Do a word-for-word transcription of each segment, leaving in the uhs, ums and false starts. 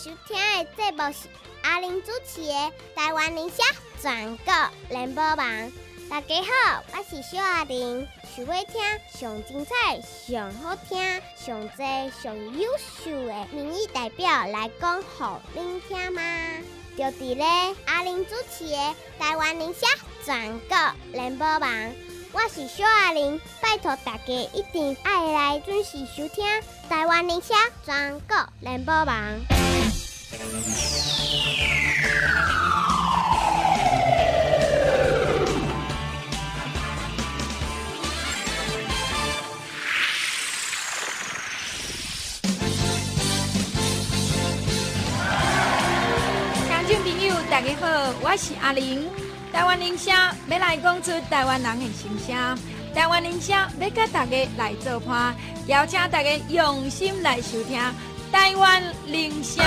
收听的节目是阿玲主持的《台湾人社全国联播网》。大家好，我是小阿玲。想要听上精彩、上好听、上多、上优秀的民意代表来讲予恁听吗？就伫咧阿玲主持的《台湾人社全国联播网》。我是小阿玲，拜托大家一定爱来准时收听台湾人社全国联播网。 听众朋友，大家好，我是阿玲。台湾人社要来讲出台湾人的心声，台湾人社要甲大家来做伴，邀请大家用心来收听台湾人社。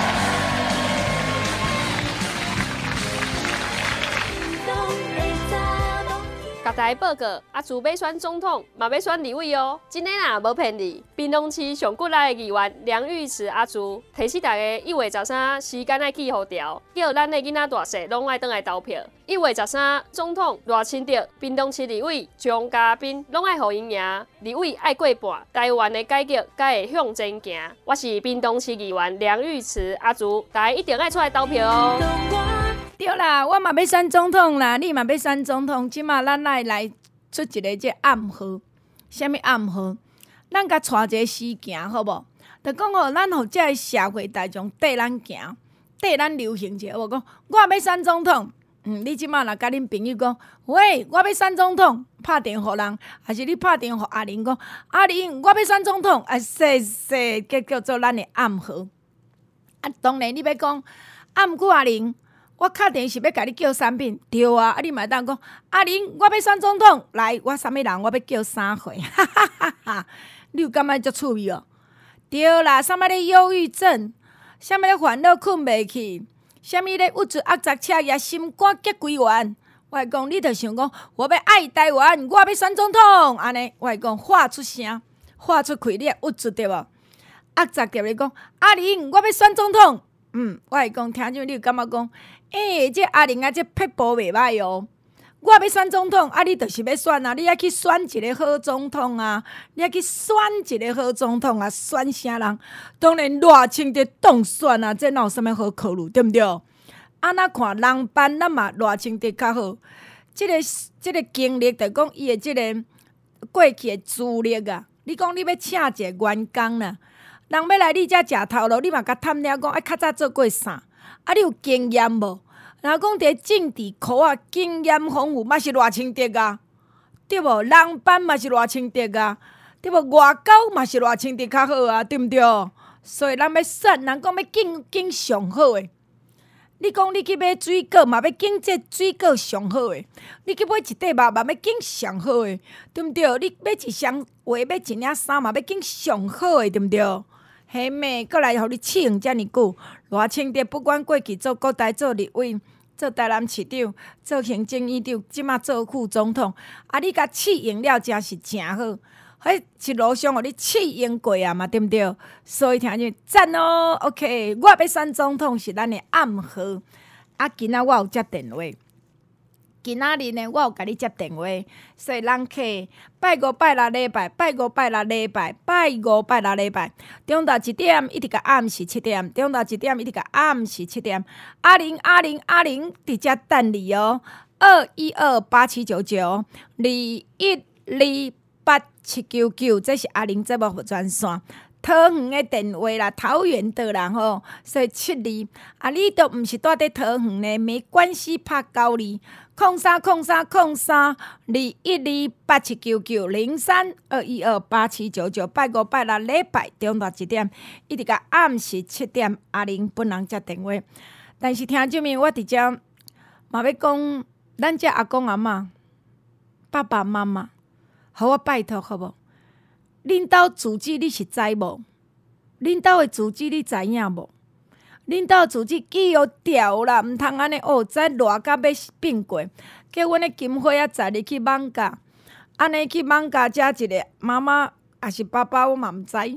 甲大家报告，阿朱要选总统，嘛要选立委哦。真的啦，无骗你。屏东市上骨力的议员梁玉慈阿朱，提醒大家一月十三时间爱记好调，叫咱的囡仔大细拢爱倒来投票。一月十三总统赖清德，屏东市立委张嘉宾拢爱互因赢，立委爱过半，台湾的改革才会向前行。我是屏东市议员梁玉慈阿朱，大家一定爱出来投票哦。 对啦，我嘛要选总统啦，你嘛要选总统，即马咱来来出一个这暗号，什么暗号？咱甲带一个诗行好无？就讲吼，咱互这个社会大众缀咱行，缀咱流行者，我讲我要选总统。嗯，你即马若甲恁朋友讲，喂，我要选总统，拍电互人，还是你拍电互阿玲讲，阿玲，我要选总统，啊，说说，这叫做咱的暗号。啊，当然你要讲，啊，毋过阿玲。我敲电是要甲你叫产品，对啊！啊，你嘛当讲阿玲，我要选总统，来，我啥物人，我要叫啥货，哈哈哈哈！你有感觉足趣味哦？对啦，啥物咧忧郁症，啥物咧烦恼困袂去，啥物咧郁卒压杂车业心肝结规完，我会讲，你着想讲，我要爱台湾，我要选总统，安尼，我会讲喊出声，喊出气，你会郁卒对无？压杂对你讲，阿玲，我要选总统，嗯，我会讲，听众你有感觉讲？诶、欸，这阿玲啊，这撇步袂歹哦。我要选总统，啊，你就是要选啊，你要去选一个好总统啊，你要去选一个好总统啊，选啥人？当然赖清德当选啊，这哪有啥物好考虑，对不对？啊，那看人班，咱嘛赖清德较好。这个这个经历，就讲伊的这个过去的资历啊。你讲你要请一个员工啦，人要来你遮食头路，你嘛甲探了讲，哎，较早做过啥？啊，你有经验无？若讲伫政治科啊，经验丰富嘛是赖清德啊，对无？人班嘛是赖清德啊，对无？外交嘛是赖清德较好啊，对毋对？所以咱要选，人讲要拣拣上好诶。你讲你去买水果嘛，要拣这水果上好诶。你去买一块肉嘛，要拣上好诶，对毋对？你买一双鞋，买一领衫嘛，要拣上好诶，对毋对？嘿妹，过来互你试用遮尔久，赖清德不管过去做国台、做立委、做台南市长、做行政院长，即马做副总统，啊，你甲试用了，真是真好。迄一路上互你试用过啊嘛，对毋对？所以听见赞哦 ，OK， 我要选总统是咱的暗号。啊，今仔我有接电话。今仔日呢，我有甲你接电话，所以人客拜五拜六礼拜，拜五拜六礼拜，拜五拜六礼拜，中昼一点一直到暗时七点，中昼一点一直到暗时七点。阿玲阿玲阿玲伫遮等你哦，二一二八七九九，二一二八七九九，这是阿玲节目专线。桃园的电话啦，桃园的啦吼，所以七二啊，你都毋是住伫桃园呢，没关系，拍九二。空三空三空三二一二八七九九零三二一二八七九九，拜五拜六礼拜中昼一点，一直到暗时七点，阿玲本人接电话。但是听证明我伫遮嘛要讲，咱遮阿公阿嬷、爸爸妈妈，互我拜托好无？恁兜自己你是知无？恁兜的自己你知影无？恁兜自己记号掉啦，毋通安尼哦，再热甲要变过。叫阮的金花啊，载你去网咖，安尼去网咖食一个，妈妈还是爸爸，我嘛毋知。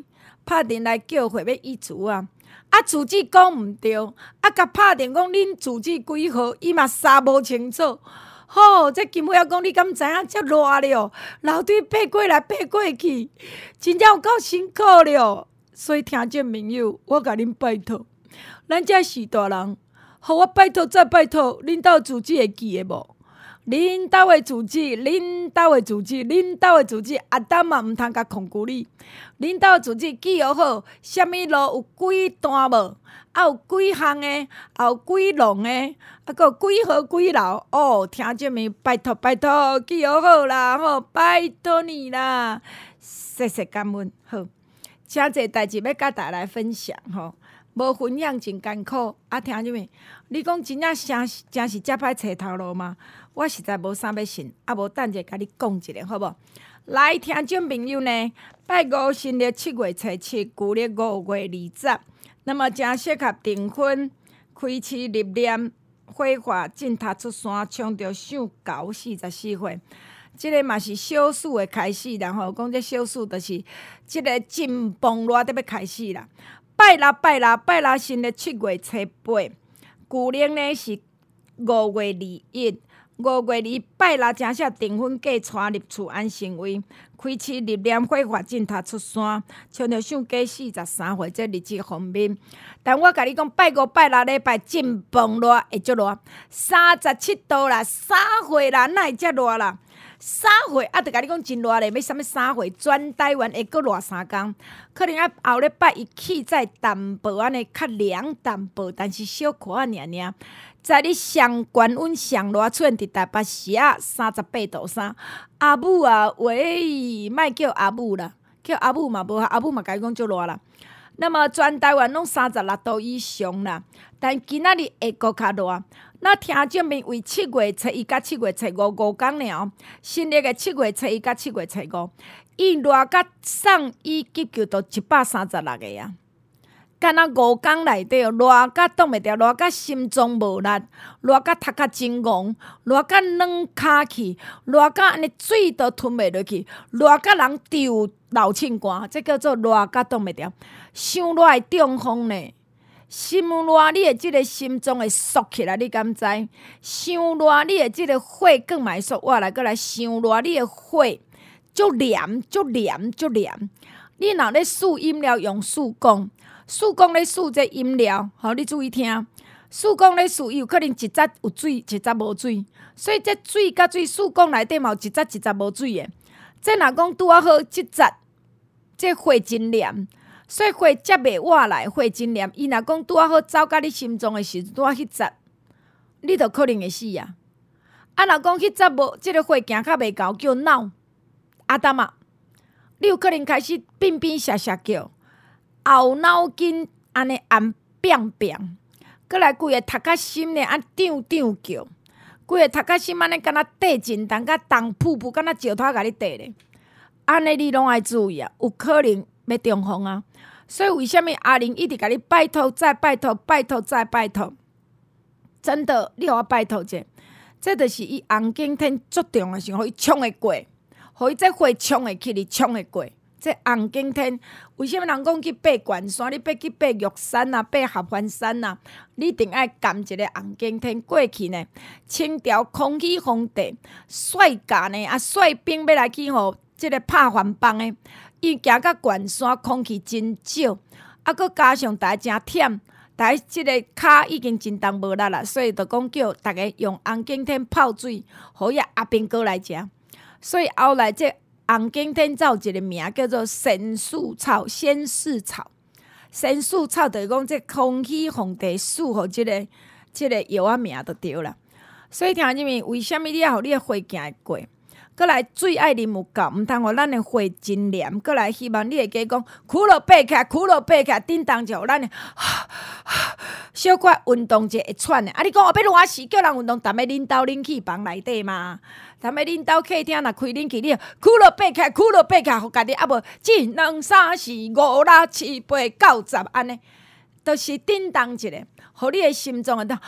拍电来叫回要医嘱啊，啊主治讲毋对，啊甲拍电讲恁主治几号，伊嘛查无清楚。吼、哦，这金花讲你敢知影遮热了，楼梯爬过来爬过去，真正有够辛苦了。所以听众朋友，我甲恁拜托，咱遮是大人，互我拜托再拜托，恁兜主治会记诶无？恁兜诶主治，恁兜诶主治，恁兜诶主治，阿当嘛毋通甲控制你。恁兜主治记号好，啥物路有几段无？啊有几项诶，啊有几弄诶，啊搁有几号几楼？哦，听这面拜托拜托，记号好啦，吼，拜托你啦，谢谢感恩。好，诚济代志要甲大家来分享吼。无分享真艰苦，啊，听什么？你讲真正真真是遮歹找头路吗？我实在无啥要信，啊，无等者甲你讲一个，好无？来，听众朋友呢，拜五新历七月初七，旧历五月二十，那么正适合订婚、开市立念、火化、进塔出山，冲着上九四十四岁。即个嘛是小暑的开始啦，吼，讲这小暑就是即个真崩热得要开始啦。拜六拜六拜六新历七月初八，旧历呢是五月二一，五月二一拜六正式订婚嫁娶入厝安成位，开市立念火化进塔出山，像着上过四十三岁这日子方面。但我甲你讲，拜五拜六礼拜真崩热，会足热，三十七度啦，三岁啦，哪会遮热啦？三岁啊，著甲你讲真热咧，要啥物三岁？全台湾会阁热三工，可能啊后礼拜伊气再淡薄安尼较凉淡薄，但是小可啊尔尔。在你上悬温上热出现伫台北市啊，三十八度三。阿母啊，喂，莫叫阿母啦，叫阿母嘛无，阿母嘛甲伊讲足热啦。那么全台湾拢三十六度以上啦，但今仔日会阁较热。那听证明为七月初一甲七月初五五天了，新历的七月初一甲七月初五，伊热甲送伊急救到一百三十六个啊！敢若五天内底热甲挡袂牢，热甲心脏无力，热甲头壳真戆，热甲软骹去，热甲安尼水都吞袂落去，热甲人丢流凊汗，这叫做热甲挡袂牢。伤热会中风呢。心热，你的即个心脏会缩起来，你敢知？伤热，你的即个血管嘛会缩活来，过来伤热，你的血足黏、足黏、足黏。你若咧试饮料用试讲，试讲咧试这饮料，好，你注意听。试讲咧试，伊有可能一节有水，一节无水，所以这水甲水试讲内底嘛有一节一节无水的。这若讲拄啊好，即节这血真黏。所以血接袂活来，血真黏。伊若讲拄啊好走到你心脏的时阵，拄啊迄节，你著可能会死啊！啊，若讲迄节无，即、這个血行较袂够，叫脑阿达啊，你有可能开始变变斜斜叫，后脑筋安尼按变变，过来规个头壳心呢按张张叫，规个头壳心安尼敢若地震动，甲动噗噗，敢若石头甲你地咧，安尼你拢爱注意啊，有可能要中风啊！所以为什么阿玲一直甲你拜托再拜托拜托再拜托？真的，你互我拜托者，这就是伊红景天足重的时候，互伊冲会过，互伊这火冲会起，你冲会过。这红景天，为什么人讲去爬悬山？你爬去爬玉山啊，爬合欢山啊，你一定爱感一个红景天。过去呢，清朝康熙皇帝帅驾呢，啊帅兵要来去互即个拍番邦的。伊行到悬山，空气真少，啊，佮加上大家真忝，大家即个骹已经真重无力啦，所以就讲叫大家用红景天泡水，互伊阿兵哥来食。所以后来这红景天才有一个名叫做仙树草、仙树草。仙树草就是讲这康熙皇帝赐互即个即个药仔名就对啦。所以听入面，为虾米你要互你的血行会过？过来水爱啉有够，毋通互咱的血真黏。过来希望你会记讲，苦落爬起来，苦落爬起来，叮当就咱的小可运动者会喘的。啊，你讲后要热死，叫人运动，踮咧恁兜冷气房内底嘛，踮咧恁兜客厅若开冷气，你苦落爬起来，苦落爬起来，互家己啊无一、两、三、四、五、六、七、八、九、十安尼，都是叮当一个，互你的心脏会当，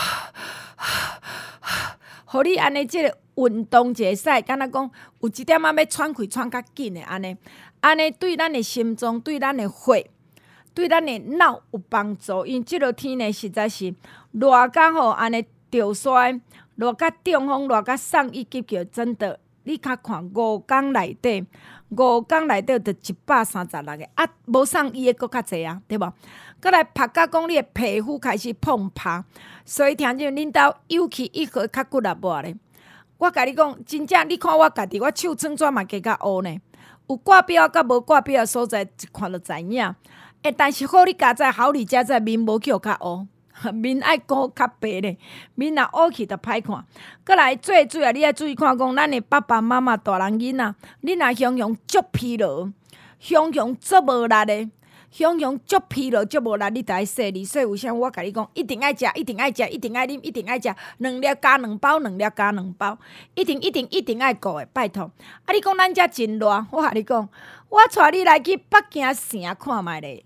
互你安尼即个。运动者使，敢若讲有一点仔要喘气喘较紧的安尼， 安尼对咱的心脏、对咱的血、对咱的脑有帮助。因即落天呢，实在是热甲吼，安尼潮湿，热甲中风，热甲送医急救，真的。你较看五工内底，五工内底就一百三十六个，啊，无送医的搁较济啊，对无？搁来拍甲讲你的皮肤开始碰拍，所以听见恁兜尤其一号较骨力无咧。我甲你讲，真正你看我家己，我手穿纸嘛加较乌呢。有挂表甲无挂表的所在，一看就知影。诶，但是好你家在好你家在面无叫较乌。面爱顾较白咧，面若乌去就歹看。搁来做水啊，你爱注意看讲，咱的爸爸妈妈、大人囡仔，你若常常足疲劳，常常足无力的，常常足疲劳、足无力，你著爱洗哩。所以有啥我甲你讲，一定爱食，一定爱食，一定爱啉，一定爱食，两粒加两包，两粒加两包，一定一定一定爱顾的，拜托。啊，你讲咱遮真热，我甲你讲，我带你来去北京城看觅咧。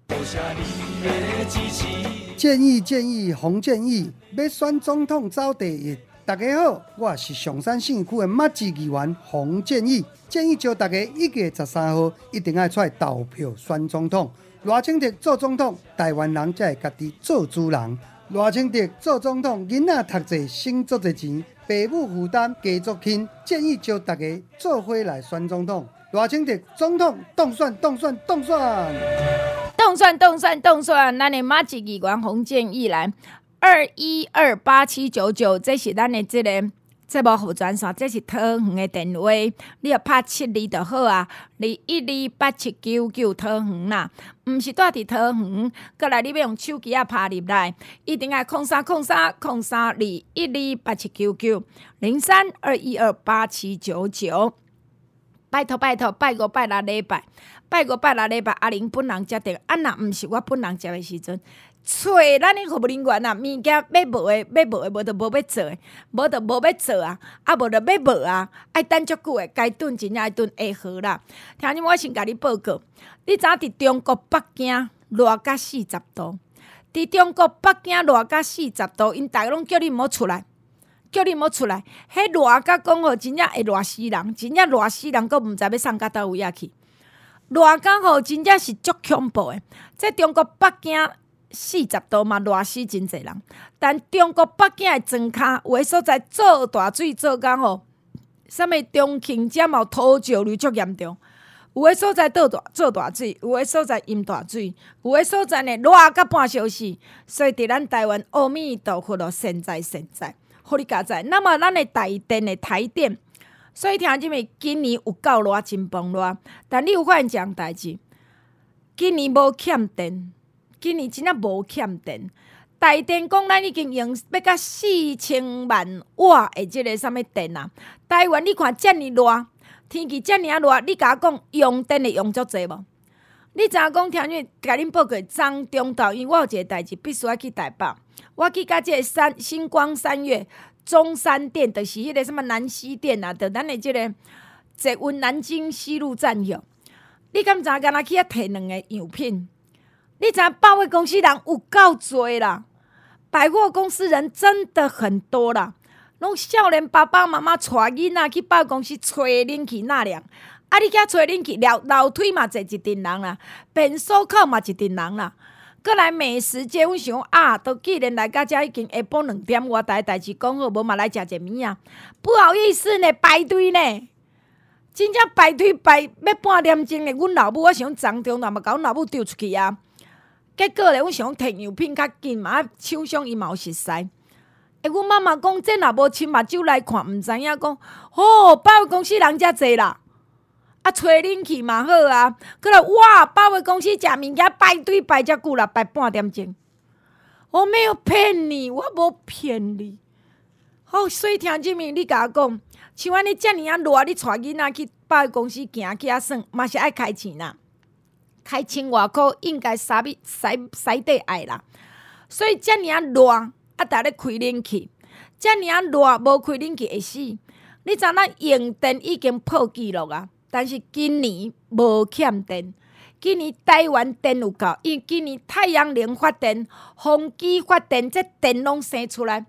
建议建议洪建议要选总统走第一。大家好，我是上山县区的马志议员洪建议。建议招大家一月十三号一定要出来投票选总统。偌清德做总统，台湾人才会家己做主人。偌清德做总统，囡仔读册省足侪钱，父母负担加足轻。建议招大家做伙来选总统。偌清德总统当选当选当选！ 动算动算动算，咱的马志议员洪建议来二一二八七九九，这是咱的这个节目服专线，这是桃园的电话，你要拍七二就好啊，二一二八七九九桃园啦，毋是住伫桃园，过来你要用手机啊拍入来，一定要空三空三空三二一二八七九九零三二一二八七九九。拜托拜托，拜五拜六礼拜，拜五拜六礼拜，阿玲本人才得。啊，若毋是我本人接的时阵，找咱的服务人员啊，物件要无的，要无的，无就无要做的，无就无要做啊，啊无就要无啊，爱等足久的，该炖真正爱炖会好啦。听你我先甲你报告，你知影伫中国北京热甲四十度，伫中国北京热甲四十度，因逐个拢叫你毋好出来。叫你莫出来，迄热甲讲吼，真正会热死人，真正热死人，佫毋知要送到倒位啊去。热甲吼，真正是足恐怖诶。在中国北京四十度嘛，热死真侪人。但中国北京诶庄骹有诶所在做大水做工吼，啥物中庆节嘛土石流足严重。有诶所在做大做大水，有诶所在淹大水，有诶所在呢热甲半小时。所以伫咱台湾，阿弥陀佛咯，现在现在。互你家知，那么咱的台电的台电，所以听即个今年有够热，真崩热。但你有发现一样代志，今年无欠电，今年真正无欠电。台电讲咱已经用要到四千万瓦的即个啥物电啊？台湾你看遮尔热，天气遮尔啊热，你甲我讲用电的用足济无？你知影讲听你甲恁报告，张中岛，因为我有一个代志必须要去台北。我去甲即个三星光三月中山店，就是迄个什么南西店啊，就咱的即个捷运南京西路站哟。你敢知敢若去遐摕两个样品？你知影百货公司人有够多啦，百货公司人真的很多啦，拢少年爸爸妈妈带囡仔去百货公司找恁去纳凉。啊！你遐找恁去，楼楼梯嘛坐一阵人啦，便所口嘛一阵人啦。过来美食街，阮想啊，都既然来到遮已经下晡两点，我代代志讲好，无嘛来食者物啊。不好意思呢，排队呢，真正排队排要半点钟呢。阮老母我想张中南嘛，甲阮老母丢出去啊。结果咧，阮想摕样品较紧嘛，啊，厂商伊嘛有熟悉。诶，阮妈妈讲，这若无亲目睭来看，毋知影讲，哦，百货公司人遮济啦。啊，找恁去嘛好啊！过来哇，百货公司食物件排队排遮久啦，排半点钟。我没有骗你，我无骗你。好，所以听即面你甲我讲，像安尼遮尔啊热，你带囡仔去百货公司行去啊算，嘛是爱开钱啦，开千外箍应该啥物使使得爱啦。所以遮尔啊热，啊逐咧开冷气，遮尔啊热无开冷气会死。你知咱用电已经破纪录啊！但是今年无欠电，今年台湾电有够，因为今年太阳能发电、风机发电，这电拢生出来。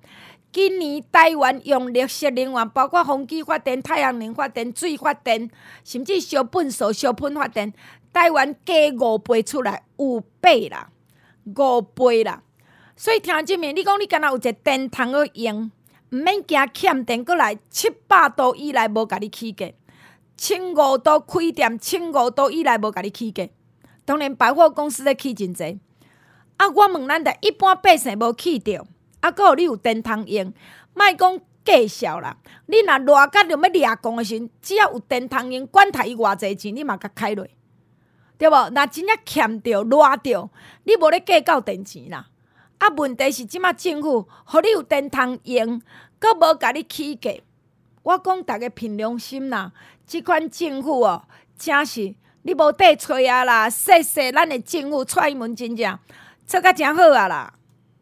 今年台湾用绿色能源，包括风机发电、太阳能发电、水发电，甚至烧粪扫、烧喷发电，台湾加五倍出来，五倍啦，五倍啦。所以听即面，你讲你敢若有一个电筒去用，毋免惊欠电，过来七百度以内无甲你起价，千五度开店，千五度以内无甲你起价。当然，百货公司咧起真济。啊，我问咱的一般百姓无起着，啊，搁你有电筒用，莫讲计数啦。你若热甲着要掠光的时阵，只要有电筒用，管他伊偌济钱，你嘛甲开落，对无？若真正欠着、热着，你无咧计较电钱啦。啊，问题是即马政府，互你有电筒用，搁无甲你起价。我讲逐个凭良心啦，即款政府哦，真是你无底吹啊啦！谢谢咱的政府，蔡英文真正做甲真好啊啦！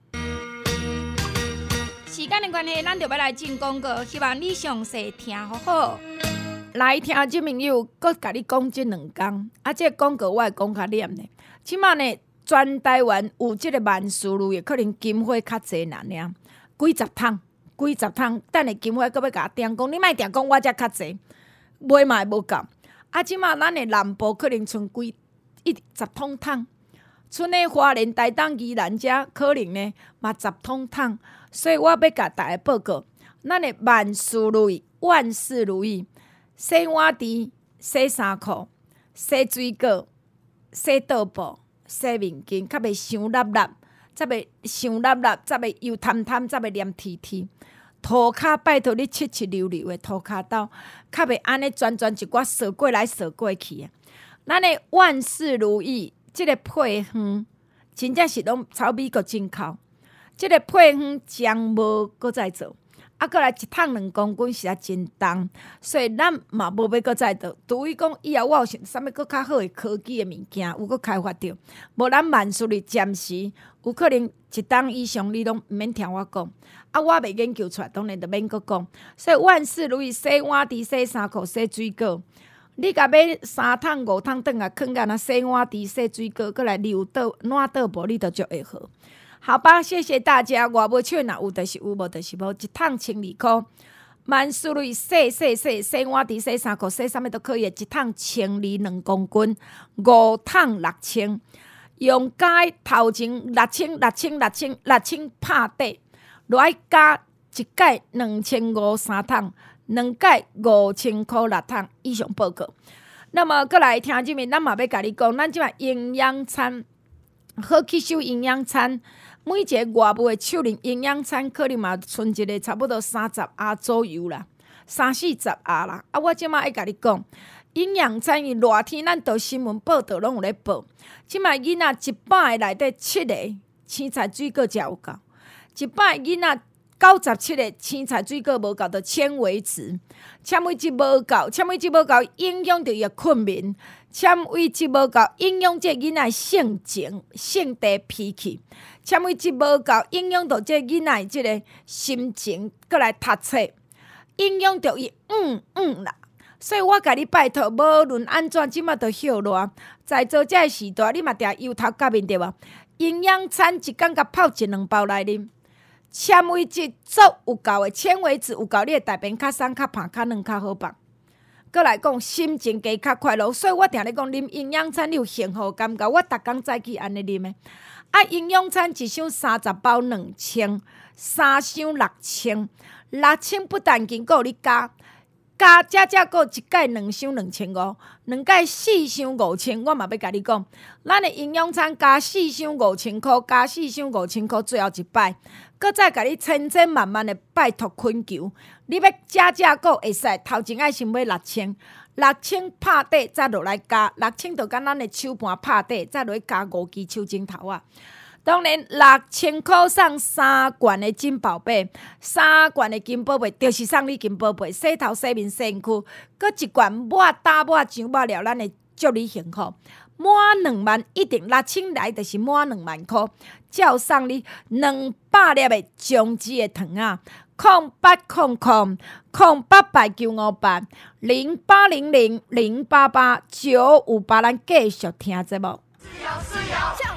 时间的关系，咱就要来进广告，希望你详细听好好。来听即朋友，搁甲你讲即两工，啊，即个广告我会讲较念呢。即马呢，全台湾有即个万事如意，可能金花较济人尔，几十桶。几十桶，等下金花阁要甲我定讲，你莫定讲我遮较济，买嘛会无够。啊，即马咱的南部可能剩几一十桶桶，剩的花莲、台东、宜兰遮可能呢嘛十桶桶。所以我要甲大家报告，咱的万事如意，万事如意，洗碗池、洗衫裤、洗水果、洗桌布、洗面巾，较袂伤濛濛。则袂伤濛濛，则袂油贪贪，则袂黏贴贴。涂骹拜托你七七溜溜的涂骹刀，较袂安尼转转一寡扫过来扫过去啊！咱的万事如意，即、這个配方真正是拢抄美国进口。即、這個配方将无搁再做，啊，搁来一桶两公斤是啊真重，所以咱嘛无要搁再做。除非讲以后我有啥物搁较好的科技的物件有搁开发着，无咱万事如意暂时有可能一档以上你拢毋免听我讲，啊，我袂研究出来，当然就免搁讲。所以万事如意，洗碗池、洗衫裤、洗水果，你甲买三桶五桶转来囥干那洗碗池、洗水果，搁来溜倒烂倒无，你就足会好。好吧，谢谢大家。外买手若有就是有，无就是无，一桶千二箍。万事如意，洗洗洗洗碗池、洗衫裤、洗啥物都可以。一桶千二两公斤，五桶六千。用加头前六千、六千、六千、六千拍底，落爱加一届两千五三桶，两届五千箍六桶以上报告。那么，过来听即面，咱嘛要甲你讲，咱即摆营养餐好吸收营养餐。每一个外卖的手零营养餐，可能嘛剩一个差不多三十盒左右啦，三四十盒啦。啊，我即摆爱甲你讲，营养餐伊热天咱到新闻报道拢有咧报。即摆囡仔一百个内底七个青菜水果才有够，一百个囡仔九十七个青菜水果无够，就纤维质，纤维质无够，纤维质无够影响着伊个困眠。纤维质无够，影响这囡仔性情、性地脾气；纤维质无够，影响到这囡仔即个心情，过来读册，影响到伊嗯嗯啦。所以我甲你拜托，无论安怎，即马都歇热，在做这个时代，你嘛定油头甲面对无？营养餐一工甲泡一两包来啉，纤维质足有够的，纤维质有够，你会大便较松、较胖、较软、较好放。搁来讲，心情加较快乐，所以我定咧讲，啉营养餐你有幸福感觉。我逐工早起安尼啉的。啊，营养餐一箱三十包两千，三箱六千，六千不但经过你加，加加加过一届两箱两千五，两届四箱五千。我嘛要甲你讲，咱的营养餐加四箱五千箍，加四箱五千箍，最后一摆，搁再甲你千千万万的拜托恳求。你要加价购会使，头前爱先买六千，六千拍底再落来加，六千就敢咱的手盘拍底，再落去加五支手指头啊。当然，六千块送三罐的金宝贝，三罐的金宝贝就是送你金宝贝，洗头、洗面、洗身躯，搁一罐抹打抹酱抹料，咱会祝你幸福。满两万一定六千来，就是满两万块，照送你两百粒的姜汁的糖啊！空八空空空八八九五八零八零零零八八九五八，咱继续听节目。 叫你报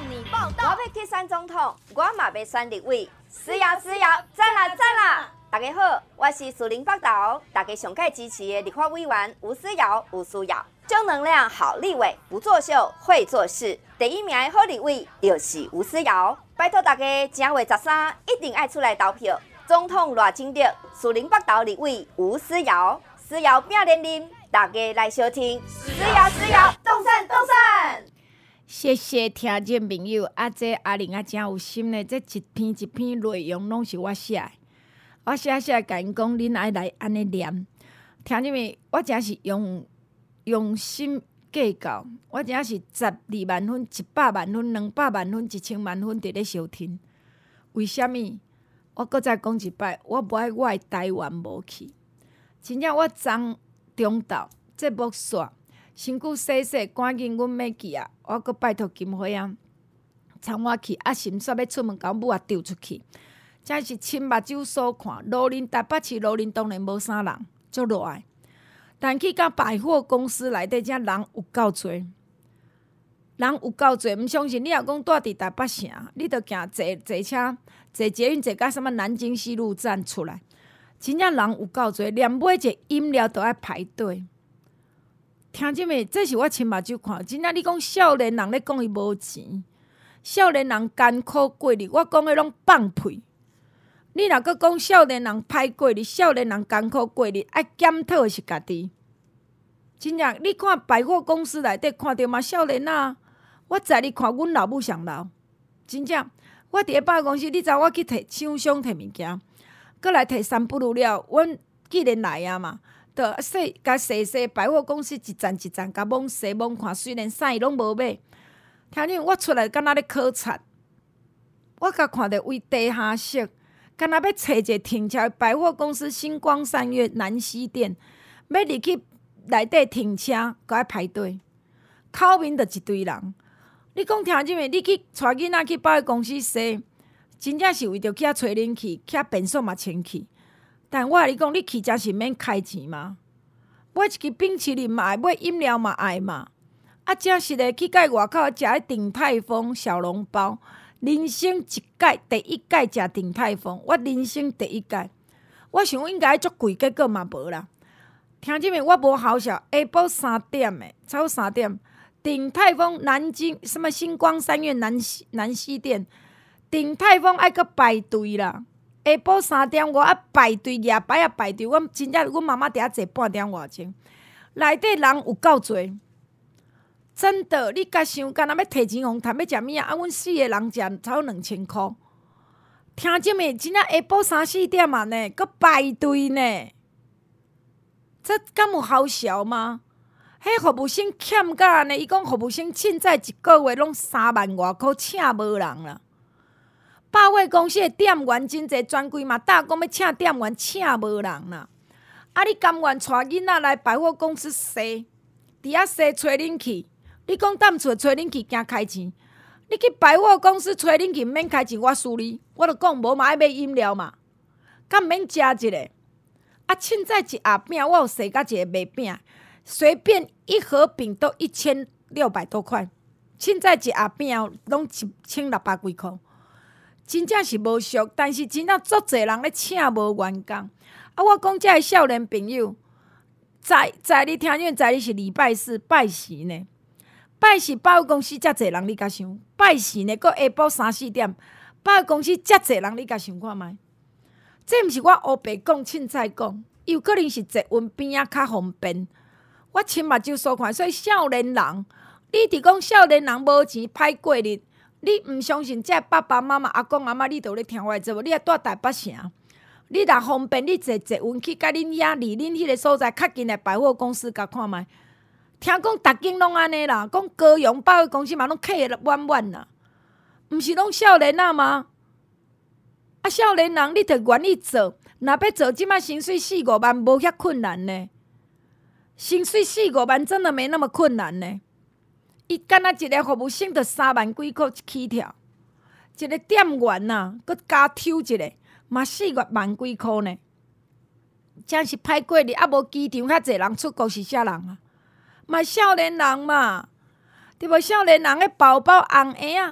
我要去选总统，我嘛要选立委。是呀是呀，赞啦赞啦！大家好，我是树林北投大家上届支持的立法委员吴思瑶，吴思瑶。正能量好立委，不作秀会做事。第一名的好立委就是吴思瑶。拜托大家正月十三一定爱出来投票。总统赖清德，树林北投立委吴思瑶，思瑶拼连任，大家来收听。思瑶思瑶，动身动身！ 谢谢听众朋友，啊，这阿玲啊真有心呢，这一篇一篇内容拢是我写的，我写写甲因讲，恁爱来安尼念。听众们，我真是用用心计较，我真是十二万分、一百万分、两百万分、一千万分伫咧收听。为虾米？我搁再讲一摆，我无爱我的台湾无去。真正我昨中昼节目煞。身躯洗洗，赶紧阮要去啊！我阁拜托金花啊，参我去啊！心煞要出门，甲阮母也丢出去，真是亲目睭所看。路林台北市路林当然无啥人，足热的。但去到百货公司内底，遮人有够多，人有够多。毋相信你若讲住伫台北城，你着行坐坐车、坐捷运，坐到什么南京西路站出来，真正人有够多，连买一个饮料都要排队。听即个，这是我亲目睭看。真正你讲少年人咧讲伊无钱，少年人艰苦过日，我讲的拢放屁。你若阁讲少年人歹过日，少年人艰苦过日，爱检讨的是家己。真正，你看百货公司内底看到嘛少年啊，我载你看阮老母上老。真正，我伫咧百货公司，你知我去摕厂商摕物件，搁来摕三不如了，阮既然来啊嘛。着洗，甲洗洗百货公司一站一站，甲摸洗摸看，虽然啥伊拢无买。听你我出来敢若咧考察，我甲看着为地下室，敢若要找一个停车百货公司星光三月南西店，要入去内底停车，搁爱排队，口面着一堆人。你讲听即个，你去带囡仔去百货公司洗，真正是为着去遐找恁去，去遐便所嘛先去。但我甲你讲，你去真是免开钱嘛？买一支冰淇淋嘛爱，买饮料嘛爱嘛。啊，真实的去到外口食迄鼎泰丰小笼包，人生一届第一届食鼎泰丰，我人生第一届。我想应该足贵，结果嘛无啦。听即个我无好笑，下晡三点的，差不多三点，鼎泰丰南京什么星光三月南西南西店，鼎泰丰爱搁排队啦。下晡三点，我啊排队，夜排啊排队，阮真正阮妈妈伫遐坐半点外钟，内底人有够多，真的，你甲想，敢若要摕钱互趁要食物啊？啊，阮四个人食差不多两千箍。听即个，真正下晡三四点啊呢，搁排队呢，这敢有好笑吗？迄服务生欠甲安尼，伊讲服务生凊彩一个月拢三万外箍，请无人啦。百货公司的店员真侪，专柜嘛打讲要请店员，请无人啦。啊，你甘愿带囡仔来百货公司洗，伫遐洗找恁去？你讲踮厝找恁去，惊开钱？你去百货公司找恁去，毋免开钱，我输你。我著讲无嘛爱买饮料嘛，敢毋免食一个？啊，凊彩一盒饼，我有洗甲一个卖饼，随便一盒饼都一千六百多块，凊彩一盒饼拢一千六百几箍。真正是无俗，但是真正足侪人咧请无员工。啊，我讲这个少年朋友，在在你听见，在你是礼拜四拜四呢，拜四百货公司遮侪人，你甲想拜四呢？搁下晡三四点，百货公司遮侪人，你甲想看觅？这毋是我黑白讲，凊彩讲，有可能是捷运边仔较方便。我亲目睭所看，所以少年人，你伫讲少年人无钱歹过日。你毋相信，这爸爸妈妈、阿公阿嬷，你都咧听我的节目。你也住台北城，你若方便，你坐捷运去，甲恁遐离恁迄个所在较近的百货公司，甲看觅。听讲，逐间拢安尼啦，讲高雄百货公司嘛，拢客满满啦。毋是拢少年仔吗？啊，少年人，你着愿意做，若要做，即摆薪水四五万，无遐困难呢。薪水四五万真的没那么困难呢。伊敢若一个服务生着三万几箍起跳，一个店员呐，佮加抽一个，嘛四月万几箍呢。真是歹过日，啊无机场遐侪人出国是啥人啊？嘛少年人嘛，对无？少年人个包包红鞋啊，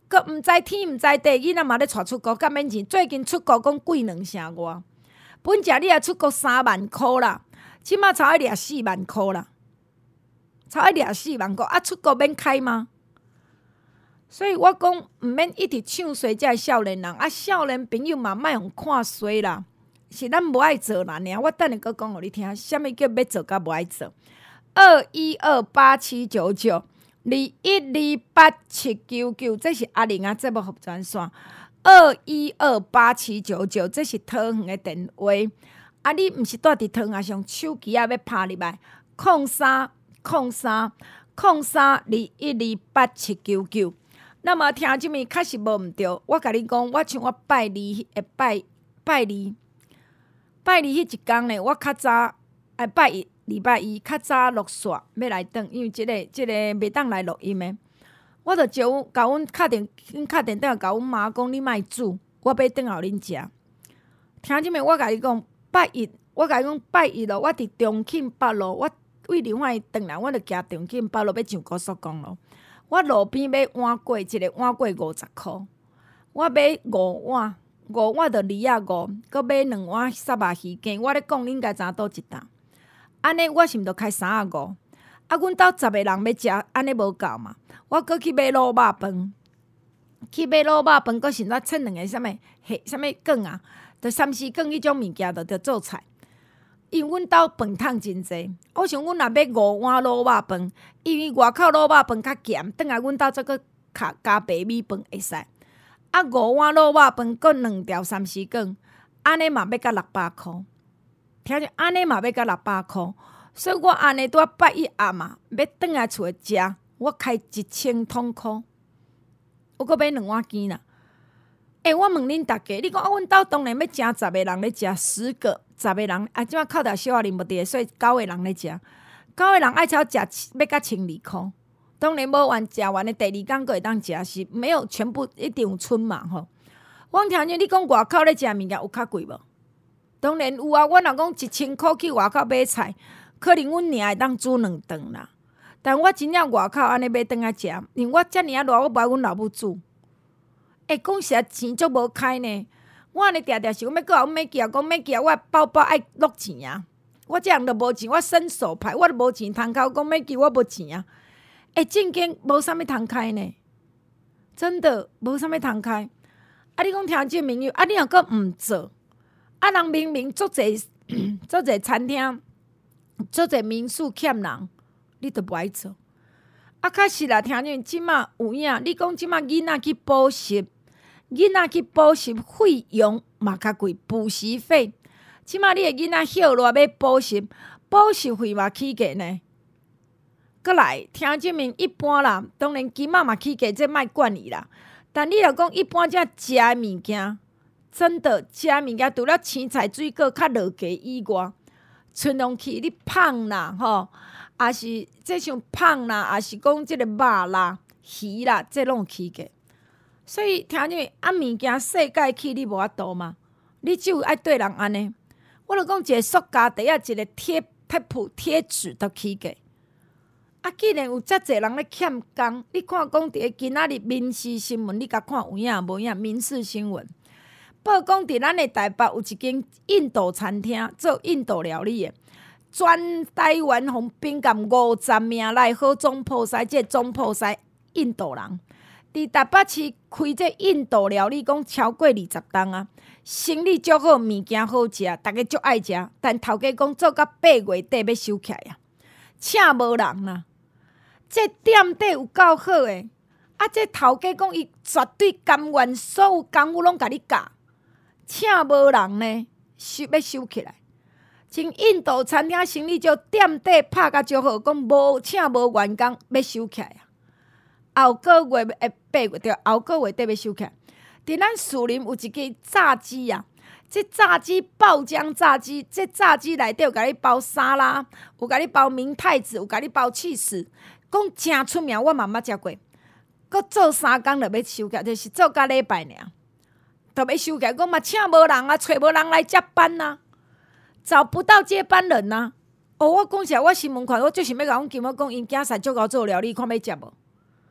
阁毋知天毋知地，囡仔嘛咧带出国，甲免钱。最近出国讲贵两成外，本食你也出国三万箍啦，即马差一掠四万箍啦，差一掠四万箍啊！出国免开吗？所以我讲毋免一直唱衰这少年人啊，少年朋友嘛，莫用看衰啦，是咱无爱做啦尔。我等下佫讲互你听，啥物叫要做甲无爱做？二一二八七九九。二一二八七九九，这是阿玲啊节目服专线。二一二八七九九，这是桃园的电话。啊，你毋是住伫桃园，用手机啊要拍入来，空三空三空三二一二八七九九。那么听即面确实无毋对，我甲你讲，我像我拜二诶拜拜二拜二迄一工呢，我较早哎拜一。礼拜一较早落线要来转，因为即、这个即、这个袂当来录音的，我着招甲阮敲电，阮敲电话甲阮妈讲，你莫煮，我要转后恁食。听即面，我甲你讲，拜一，我甲你讲拜一咯，我伫重庆北路，我为另外转来，我着行重庆北路要上高速公路，我路边买碗粿，一个碗粿五十箍，我买五碗，五碗着二啊五，佮买两碗沙巴鱼羹，我咧讲，你应该知影倒一担。安尼我是毋着开三啊五，啊，阮兜十个人要食，安尼无够嘛？我搁去买卤肉饭，去买卤肉饭，搁甚至切两个啥物虾啥物卷啊，着三丝卷迄种物件，着着做菜。因为阮兜饭桶真济，我想阮若买五碗卤肉饭，因为外口卤肉饭较咸，转来阮兜则搁加加白米饭会使。啊，五碗卤肉饭搁两条三丝卷，安尼嘛要甲六百箍。听着，安尼嘛要甲六百箍，所以我安尼拄啊拜一暗嘛，要转来厝诶食，我开一千通箍，我搁买两碗羹啦。诶、欸，我问恁大家，你讲啊，阮兜当然要诚十个人咧食，十个、十个人，啊，即摆靠着小阿玲无伫，所以九个人咧食，九个人爱超食要甲千二箍。当然无完食完诶，第二工佫会当食，是没有全部一定有剩嘛吼。我听见你讲外口咧食物件有较贵无？当然有啊，我若讲一千箍去外口买菜，可能阮娘会当煮两顿啦。但我真正外口安尼买顿来食，因为我遮尔啊热，我无爱阮老母煮。欸，讲实在钱足无开呢。我安尼定定想要搁阮买记，讲买记，我包包爱落钱啊。我这样着无钱，我伸手牌，我都无钱通口，讲买记我无钱啊。欸，正经无啥物通开呢，真的无啥物通开。啊，你讲听这朋友，啊，你若搁毋做？啊，人明明足侪足侪餐厅、足侪民宿欠人，你都无爱做。啊，确实啦，听见即马有影，你讲即马囡仔去补习，囡仔去补习费用嘛较贵，补习费。即马你的囡仔晓落要补习，补习费嘛起价呢。过来，听即面一般啦，当然金仔嘛起价，这莫管伊啦。但你若讲一般这食的物件，真的食物件除了青菜水果较落价以外，剩拢去你芳啦吼，也是这像芳啦，也是讲即个肉啦、鱼啦，这拢起价。所以听见啊物件世界起你无法度嘛，你只有爱对人安尼。我著讲一个塑胶袋啊，一个贴贴布贴纸都起价。啊，既然有遮侪人咧欠工，你看讲伫个今仔日民视新闻，你甲看有影无影？民视新闻。报讲伫咱的台北有一间印度餐厅做印度料理的，全台湾红评鉴五十名内好总铺师，即总铺师印度人，伫台北市开这印度料理，讲超过二十档啊，生意足好，物件好食，逐个足爱食，但头家讲做到八月底要收起来啊，请无人啦。这店底有够好诶，啊，这头家讲伊绝对甘愿所有工务拢甲你教。请无人呢，收要收起来。像印度餐厅生意就店底拍甲足好，讲无请无员工要收起来啊。后个月诶八月着后个月底要收起来。伫咱树林有一间炸鸡啊，这炸鸡爆浆炸鸡，这炸鸡内底有甲你包沙拉，有甲你包明太子，有甲你包起司，讲真出名，我嘛捌食过。搁做三工就要收起来，就是做甲礼拜尔。都要收起来，讲嘛请无人啊，找无人来接班啊，找不到接班人啊。哦，我讲实，我新闻看，我最想要甲阮金某讲，因囝婿足够做料理，看要接无？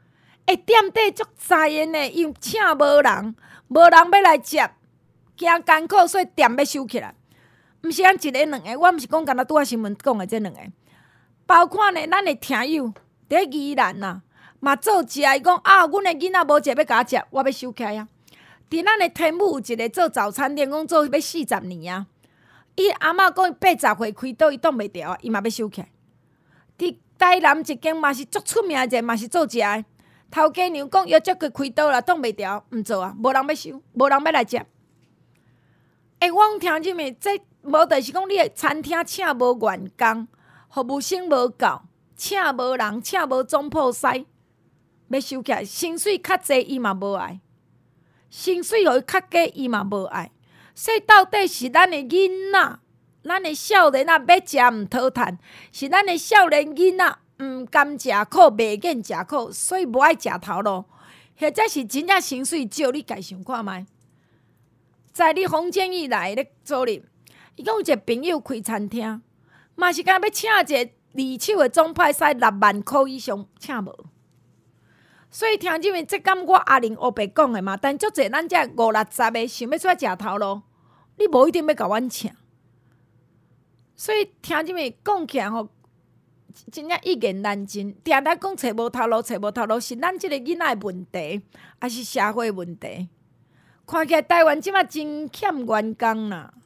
会店底足在因的，因请无人，无人要来接，惊艰苦，所以店要收起来。毋是咱一个两个，我毋是讲干那拄仔新闻讲的这两个，包括呢，咱的听友伫宜兰呐，嘛做食，伊讲啊，阮的囡仔无食要甲我食，我要收起啊。伫咱的天母有一个做早餐店，讲做要四十年啊。伊阿嬷讲伊八十岁开倒，伊挡袂牢啊，伊嘛要收起来。伫台南一间嘛是足出名的，嘛是做食的。头家娘讲要足去开倒啦，挡袂牢，毋做啊，无人要收，无人要来食。诶，我讲听即面，这无就是讲你的餐厅请无员工，服务生无够，请无人，请无总铺师，要收起来，薪水较济伊嘛无爱，薪水互伊较低伊嘛无爱。所以到底是咱的囡仔，咱的少年仔要食毋讨趁，是咱的少年囡仔毋甘食苦，袂瘾食苦，所以无爱食头路，或者是真正薪水少，你家想看觅。在你洪建义来咧做哩，伊讲有一个朋友开餐厅，嘛是敢要请一个二手的总派使六万箍以上，请无。所以听即面，即敢我阿玲黑白讲的嘛，但足侪咱遮五六十个想要出来食头路，你无一定要甲阮请。所以听即面讲起来吼，真正一言难尽。定定讲找无头路，找无头路，是咱即个囡仔的问题，还是社会问题？看起来台湾即马真欠员工啦。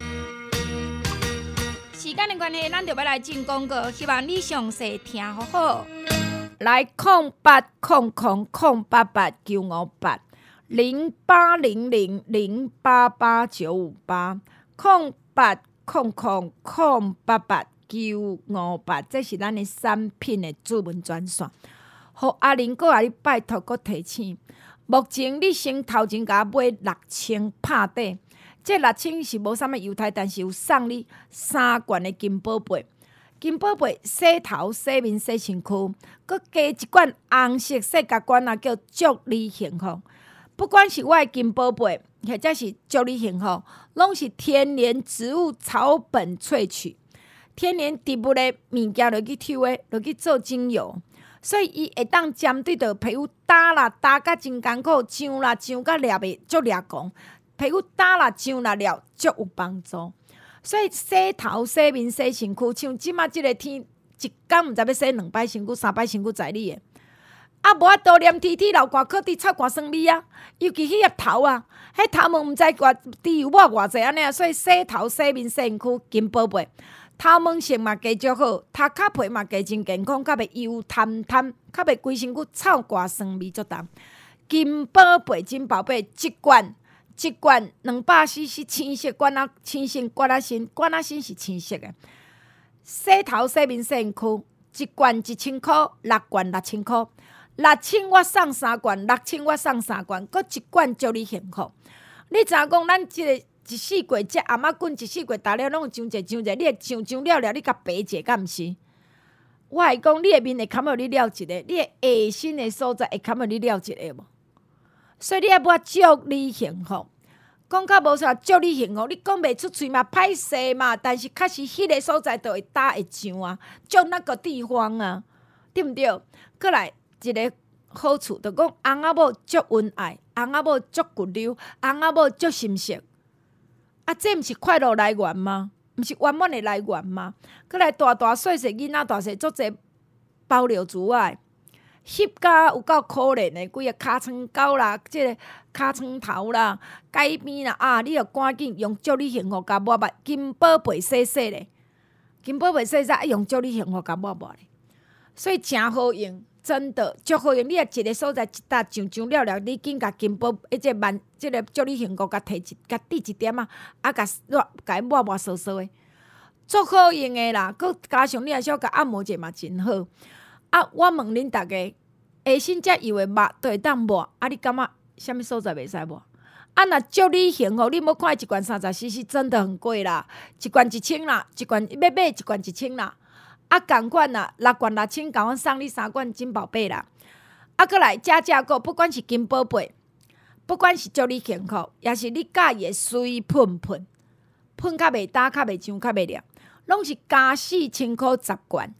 时间的关系，咱就要来进广告，希望你详细听好好。来空八空空空八八九五八零八零零零八八九五八空八空空空八八九五八，这是咱的产品的主文专线。互阿玲哥阿你拜托，搁提醒，目前你先头前甲买六千拍底，这六千是无啥物优待，但是有送你三罐的金宝贝。金宝贝洗头、洗面、洗身躯，佮加一罐红色洗甲罐啊，叫祝你幸福。不管是我的金宝贝，或者是祝你幸福，拢是天然植物草本萃取，天然植物的物件落去抽的，落去做精油，所以伊会当针对着皮肤打啦，打甲真艰苦，痒啦，痒甲裂的足裂狂，皮肤打啦，痒啦裂足有帮助。所以洗头、洗面、洗身躯，像即马即个天，一工毋知要洗两摆身躯、三摆身躯在你的。啊，无法度黏天天流汗，靠滴臭汗酸味啊！尤其迄个头啊，迄头毛毋知偌滴油抹偌济安尼啊，所以洗头、洗面、洗身躯，金宝贝，头毛色嘛加足好，头壳皮嘛加真健康，较袂油贪贪，较袂规身躯臭汗酸味足重。金宝贝真宝贝，一罐。一罐两百 C C 青色罐仔，青色罐仔新，罐仔新是青色的。洗头、洗面、洗身躯，一罐一千块，六罐六千块，六千我送三罐，六千我送三罐，搁一罐祝你幸福。你知影讲，咱即个一四季节阿嬷滚一四季大了，拢有上者上者，你会上上了了，你甲白者敢毋是？我会讲，你的面会堪互你了一个，你的下身的所在会堪互你了一个无？所以你要我祝你幸福，讲较无啥祝你幸福，你讲袂出嘴嘛，歹势嘛，但是确实迄个所在就会打会上啊，祝那个地方啊，对毋对？过来一个好处，就讲翁仔某足恩爱，翁仔某足骨溜，翁仔某足心实，啊，这毋是快乐来源吗？毋是圆满的来源吗？过来大大细细囡仔大细足侪包留珠仔。翕甲有够可怜的，规个尻川狗啦，即个尻川头啦，改边啦啊！你著赶紧用祝你幸福甲抹抹，金宝贝洗洗咧，金宝贝洗洗爱用祝你幸福甲抹抹咧，所以真好用，真的足好用。你若一个所在一搭上上了了，你紧甲金宝一即万即个祝你幸福甲摕一甲滴一点啊，啊甲甲伊抹抹扫扫的，足好用的啦。佮加上你若小甲按摩者嘛真好。啊！我问恁大家，下身遮油的抹都会当抹，啊！你感觉啥物所在袂使抹？啊！若祝你幸福，你莫看一罐三十 C C 真的很贵啦，一罐一千啦，一罐要买一罐一千啦。啊，共款啦，六罐六千，共阮送你三罐金宝贝啦。啊，过来加价购，不管是金宝贝，不管是祝你幸福，也是你介意的水喷喷，喷较袂干，较袂痒，较袂凉，拢是加四千箍十罐。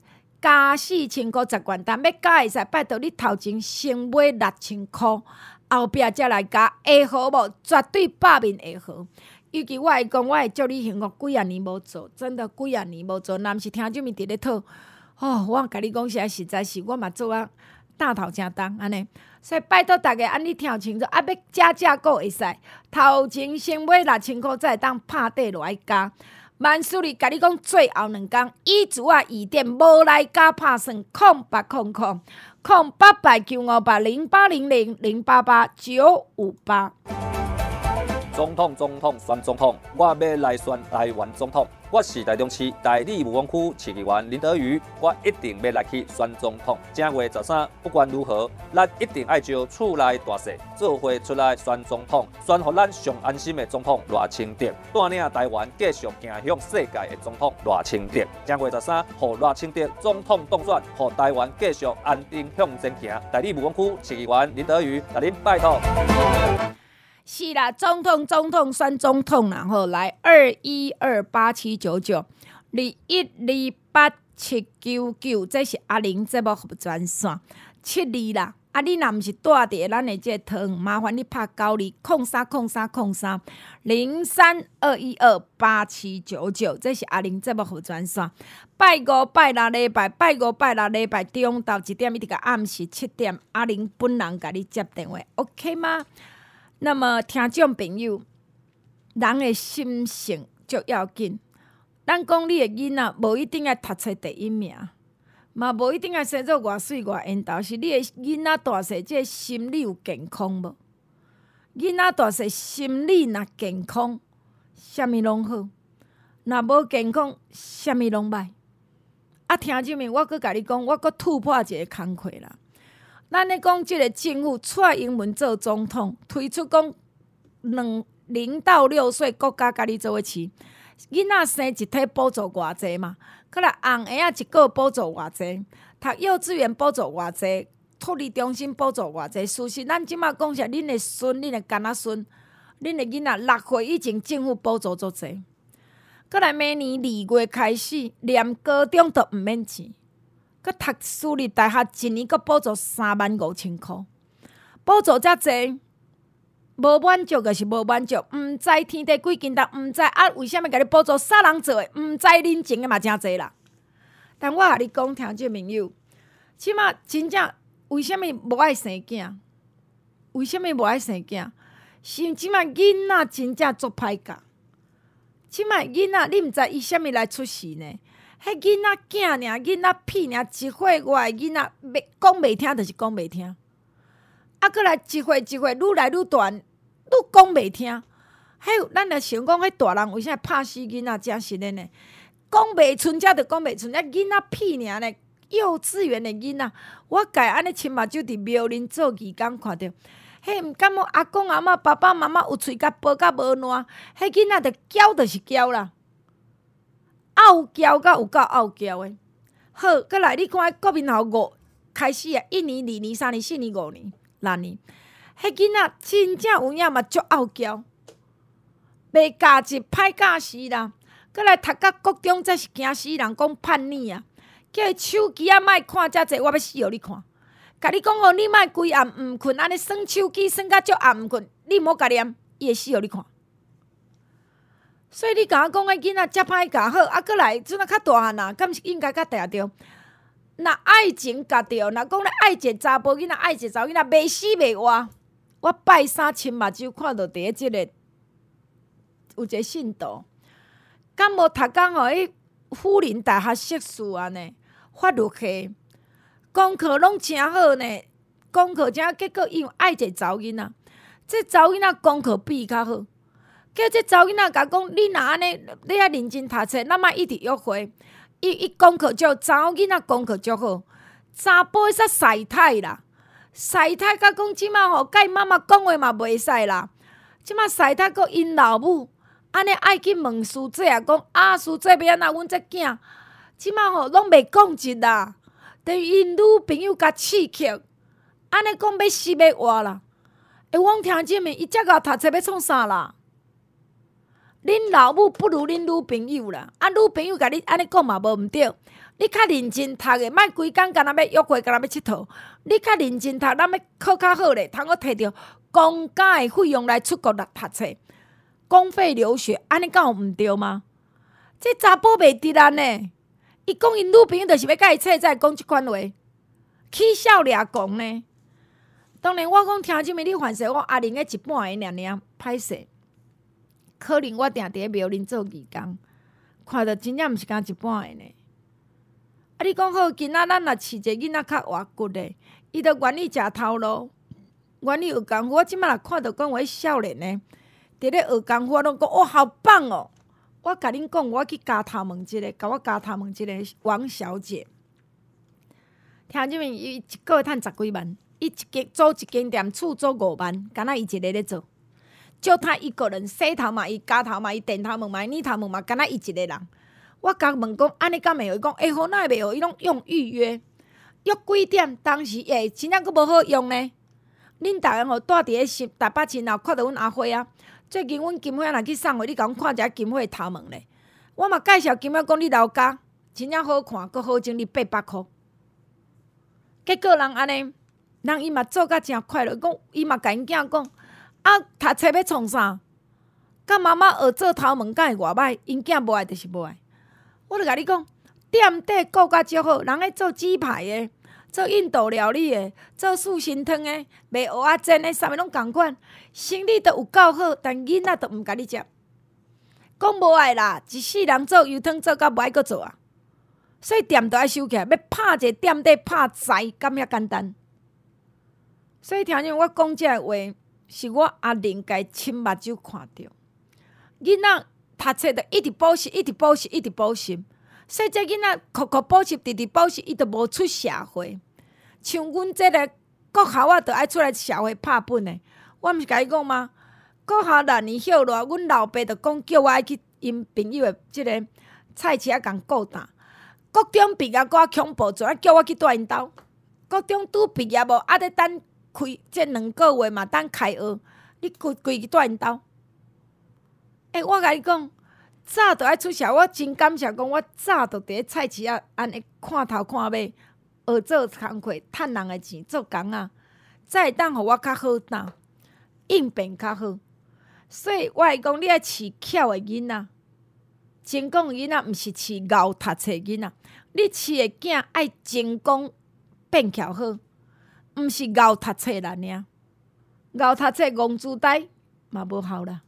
加四千箍十元单，要加会使，拜托你头前先买六千箍，后壁才来加，会好无？绝对百面会好。尤其我会讲，我会祝你幸福。几啊年无做，真的几啊年无做，若毋是听众们伫咧讨，哦，我甲你讲实在实在是，我嘛做啊大头正重安尼。所以拜托大家安尼听清楚，啊要加价购会使，头前先买六千箍，才会当拍底落来加。万事如意，甲你讲，最后两工，以主啊移电无来加拍算，空八空空空八八九五八零八零零零八八九五八。 总统总统选总统，我要来选台湾总统。我是台中市大理武王区市议员林德瑜，我一定要来去选总统。正月十三，不管如何，咱一定爱招厝内大细做伙出来选总统，选互咱上安心的总统赖清德，带领台湾继续行向世界的总统赖清德。正月十三，互赖清德总统当选，互台湾继续安定向前行。大理武王区市议员林德瑜，来恁拜托。 是啦，总统总统选总统啦，吼，来二一二八七九九二一二八七九九，这是阿玲节目专线七二啦。啊，你若毋是住伫咱的这个汤，麻烦你拍九二空三空三空三零三二一二八七九九，这是阿玲节目专线。拜五拜六礼拜，拜五拜六礼拜中昼一点一直到暗时七点，阿玲本人甲你接电话 ，OK 吗？那么，听众朋友，人的心性足要紧。咱讲你的囡仔，无一定要读册第一名，嘛无一定要生做偌水偌缘投，是你的囡仔大细，这心理有健康无？囡仔大细心理若健康，啥物拢好；若无健康，啥物拢歹。啊，听众们，我阁甲你讲，我阁突破一个工课啦。咱咧讲，即个政府蔡英文做总统，推出讲两零到六岁国家甲你做伙饲，囡仔生一体补助偌济嘛？搁来红婴仔一个补助偌济，读幼稚园补助偌济，托儿中心补助偌济。事实咱即马讲下，恁的孙、恁的干仔孙、恁的囡仔六岁以前政府补助足济，搁来明年二月开始，念高中都毋免钱。佮读私立大学一年，佮补助三万五千箍，补助遮济，无满足就是无满足，毋知天地几斤重，毋知啊为虾米甲你补助啥人做诶，毋知恁情诶嘛真济啦。但我甲你讲，听这朋友，即马真正为虾米无爱生囝？为虾米无爱生囝？是即马囡仔真正足歹教。即马囡仔，你毋知伊虾米来出事呢？迄囡仔囝尔，囡仔屁尔，一岁外的囡仔，袂讲袂听，就是讲袂听。啊，过来一岁一岁愈来愈大，愈讲袂听。迄咱着想讲，迄大人为啥拍死囡仔真实的呢？讲袂顺，则着讲袂顺，遐囡仔屁尔呢？幼稚园的囡仔，我家安尼亲目睭伫庙林做义工看着，迄毋敢讲阿公阿嬷、爸爸妈妈有喙甲薄甲无烂，迄囡仔着娇就是娇啦。傲娇甲有够傲娇的，好，过来你看国民校五开始啊，一年、二年、三年、四年、五年、六年，迄囡仔真正有影嘛足傲娇，袂教一歹教死啦。过来读到国中，才是惊死人，讲叛逆啊！叫伊手机啊，莫看遮济，我要死互你看。甲你讲哦，你莫规暗毋困，安尼耍手机耍甲足暗毋困，你莫甲念，伊会死互你看。所以你甲我讲，迄囡仔遮歹教好，啊，过来阵啊较大汉啊，敢毋是应该甲定着？若爱情甲着，若讲咧爱一个查甫囡仔，爱一个查某囡仔，袂死袂活。我拜三亲目睭看到第一即个有一个信徒，敢无读讲吼？迄辅仁大学硕士安尼，法律系，功课拢诚好呢，功课诚，结果因为爱一个查某囡仔，这查某囡仔功课比伊较好。叫这查某囡仔甲讲，你若安尼，你遐认真读册，咱莫一直约会。伊伊功课足，查某囡仔功课足好，查甫会使晒太啦，晒太甲讲即马吼，甲伊妈妈讲话嘛袂使啦。即马晒太佮因老母，安尼爱去问师姐啊，讲啊师姐要安怎，阮这囝即马吼拢袂讲一啦，等于因女朋友甲刺激，安尼讲要死要活啦。诶，我听姐妹，伊遮个读册要创啥啦？恁老母不如恁女朋友啦，啊，女朋友甲你安尼讲嘛无毋对，恁你较认真读的，莫规工干若要约会，干若要佚佗。你较认真读，咱要考较好咧，通我摕着公家的费用来出国来读册，公费留学，安尼敢有毋对吗？这查甫袂直咱呢。伊讲因女朋友就是要甲伊册，才讲即款话，起笑掠讲呢。当然，我讲听即物你反说我阿玲的一半个尔尔歹势，可能我定伫咧庙林做义工，看着真正毋是敢一半个呢。啊，你讲好，今仔咱若饲一个囡仔较活骨的，伊着愿意食头路，愿意学功夫。我即摆若看到讲我少年呢，伫咧学功夫，我拢讲哦，好棒哦！我甲恁讲，我去加头问一个，甲我加头问一个王小姐，听即面伊一个月趁十几万，伊一间租一间店，厝租五万，敢若伊一个咧做，就他一个人洗头嘛，伊加头嘛，伊电头问嘛，伊染头问嘛，敢若伊一个人。我甲问讲，安尼敢袂好？伊讲会好，哪会袂好？伊拢用预约，约几点？当时诶，真正佫无好用呢。恁逐个吼住伫咧新台北前后，看到阮阿花啊。最近阮金花若去送货，你甲阮看一下金花头毛咧。我嘛介绍金花讲你老家真正好看，佫好整理八百箍。结果人安尼，人伊嘛做甲真快乐。讲伊嘛甲因囝讲，啊，读册要创啥？甲妈妈学做头毛，敢会偌歹？因囝无爱就是无爱。我著甲你讲，店底顾甲足好，人咧做鸡排的。做印度料理的，做素心汤的，卖蚵仔煎的，啥物拢共款，生意都有够好，但囡仔都毋甲你接。讲无爱啦，一世人做油汤做到无爱阁做啊，所以店都爱收起来，要拍一个店底拍财，敢遐简单。所以听见我讲这个话，是我阿玲家亲目睭看到，囡仔读册着一直补习，一直补习，一直补习。所以这囡仔哭哭补习，直直补习，伊都无出社会。像阮这个国校啊，都爱出来社会拍本的。我毋是甲伊讲吗？国校六年歇落，阮老爸就讲叫我爱去因朋友的即个菜市啊共顾担。国中毕业佫较恐怖，做啊叫我去住因兜。国中拄毕业无，啊，得等开这两个月嘛，等开学，你规规去住因兜。诶、欸，我甲你讲。早就爱出社，我真感谢讲，我早就伫咧菜市啊，安尼看头看尾，学做工课，趁人的钱做工啊，才会当互我较好当，应变较好。所以我会讲，你爱饲巧的囡仔，成功的囡仔，毋是饲敖读册囡仔。你饲的囝爱成功变巧好，毋是敖读册啦尔。敖读册戇猪呆嘛无效啦。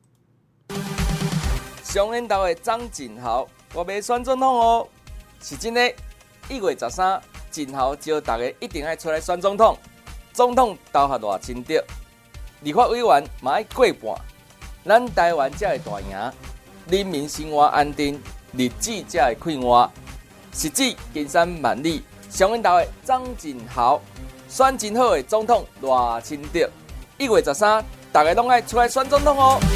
上领导的张锦豪，我要选总统哦，是真的。一月十三，锦豪招大家一定要出来选总统。总统投下偌清德，立法委员嘛爱过半，咱台湾才会大赢，人民生活安定，日子才会快活。实指金山万里，上领导的张锦豪，选真好的总统偌清德。一月十三，大家拢爱出来选总统哦。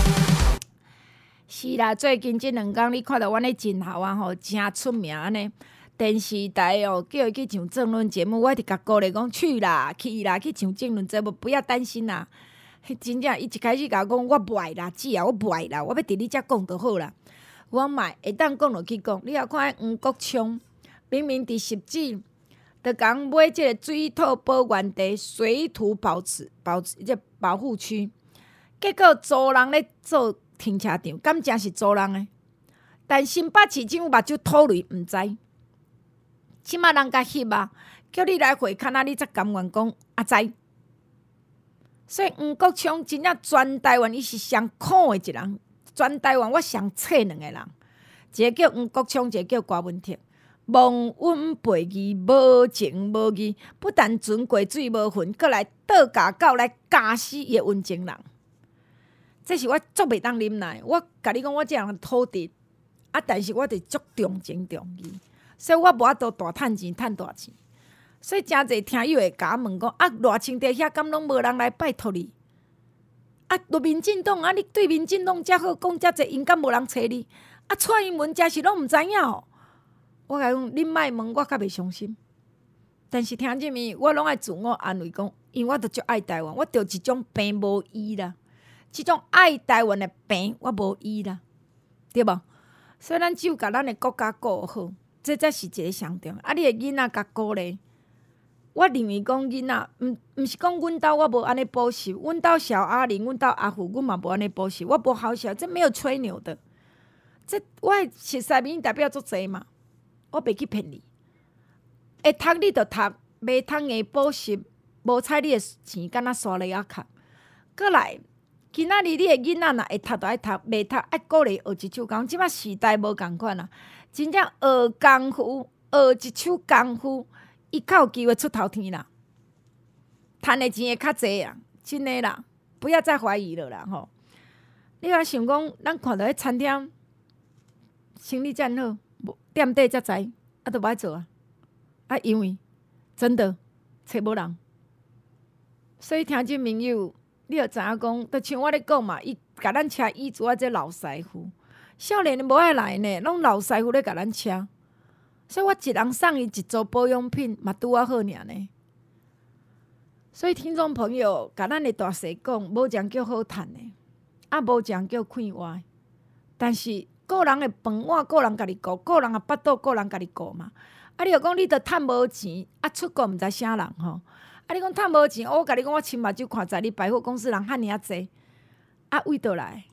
是啦，最近即两天你看到阮咧真好啊吼，真出名安尼。电视台哦叫伊去上政论节目，我直甲鼓励讲去啦，去啦，去上政论节目，不要担心啦。真正伊一开始甲我讲，我不爱啦，姊啊，我不爱啦，我要伫你遮讲就好啦。我买会当讲落去讲，你也看黄国昌，明明伫十指，就讲买即个水土保原地水土保持保持即保护区，结果租人咧做。停车场，敢真是租人的？但新北市政府目睭吐雷，毋知。即马人甲翕啊，叫你来会看啊，你才甘愿讲啊知。所以黄国昌真正全台湾伊是上苦的一人，全台湾我上册两个人，一个叫黄国昌，一个叫郭文婷。忘恩背义，无情无义，不但船过水无痕，阁来倒架狗来咬死伊的温情人。这是我足袂当忍耐。我甲你讲，我这样土地啊，但是我得足重情重义，所以我无法度大趁钱，趁大钱。所以真侪听友会甲我问讲，啊，偌清地遐敢拢无人来拜托你？啊，对民进党啊，你对民进党遮好讲遮侪，因敢无人找你？啊，蔡英文遮是拢毋知影哦。我甲讲，恁莫问，我较袂相信。但是听这物，我拢爱自我安慰讲，因为我着足爱台湾，我着一种病无医啦。即种爱台湾的病，我无医啦，对无？所以咱只有甲咱的国家顾好， 这才是一个上重要。啊，你的囡仔甲鼓励，我认为讲囡仔，毋毋是讲阮兜我无安尼补习，阮兜小阿玲，阮兜阿虎，阮嘛无安尼补习，我无好笑，这没有吹牛的。这我的熟悉面代表足济嘛，我袂去骗你。会读你就读，袂读的补习，无采你的钱，敢若刷咧啊卡。过来，今仔日你的囡仔若会读就爱读，袂读爱鼓励学一手工。即摆时代无共款啦，真正学功夫，学一手功夫，伊较有机会出头天啦。赚的钱会较济啊，真诶啦，不要再怀疑了啦吼。你若想讲，咱看到迄餐厅生意遮好，店底才知，啊，都无爱做啊。啊，因为真的找无人，所以听众朋友，你著知影讲，就像我咧讲嘛，伊甲咱车椅子啊，这老师傅，少年无爱来呢，拢老师傅咧甲咱车，所以我一人送伊一组保养品，嘛拄啊好尔呢。所以听众朋友，甲咱的大细讲，无讲叫好趁的，啊无讲叫快活，但是个人的饭碗，个人家己顾，个人的腹肚，个人家己顾嘛。啊！你著讲你著趁无钱，啊出国毋知啥人吼。啊！你讲趁无钱，我甲你讲，我亲目睭看在你百货公司人遐尔啊济，啊为倒来。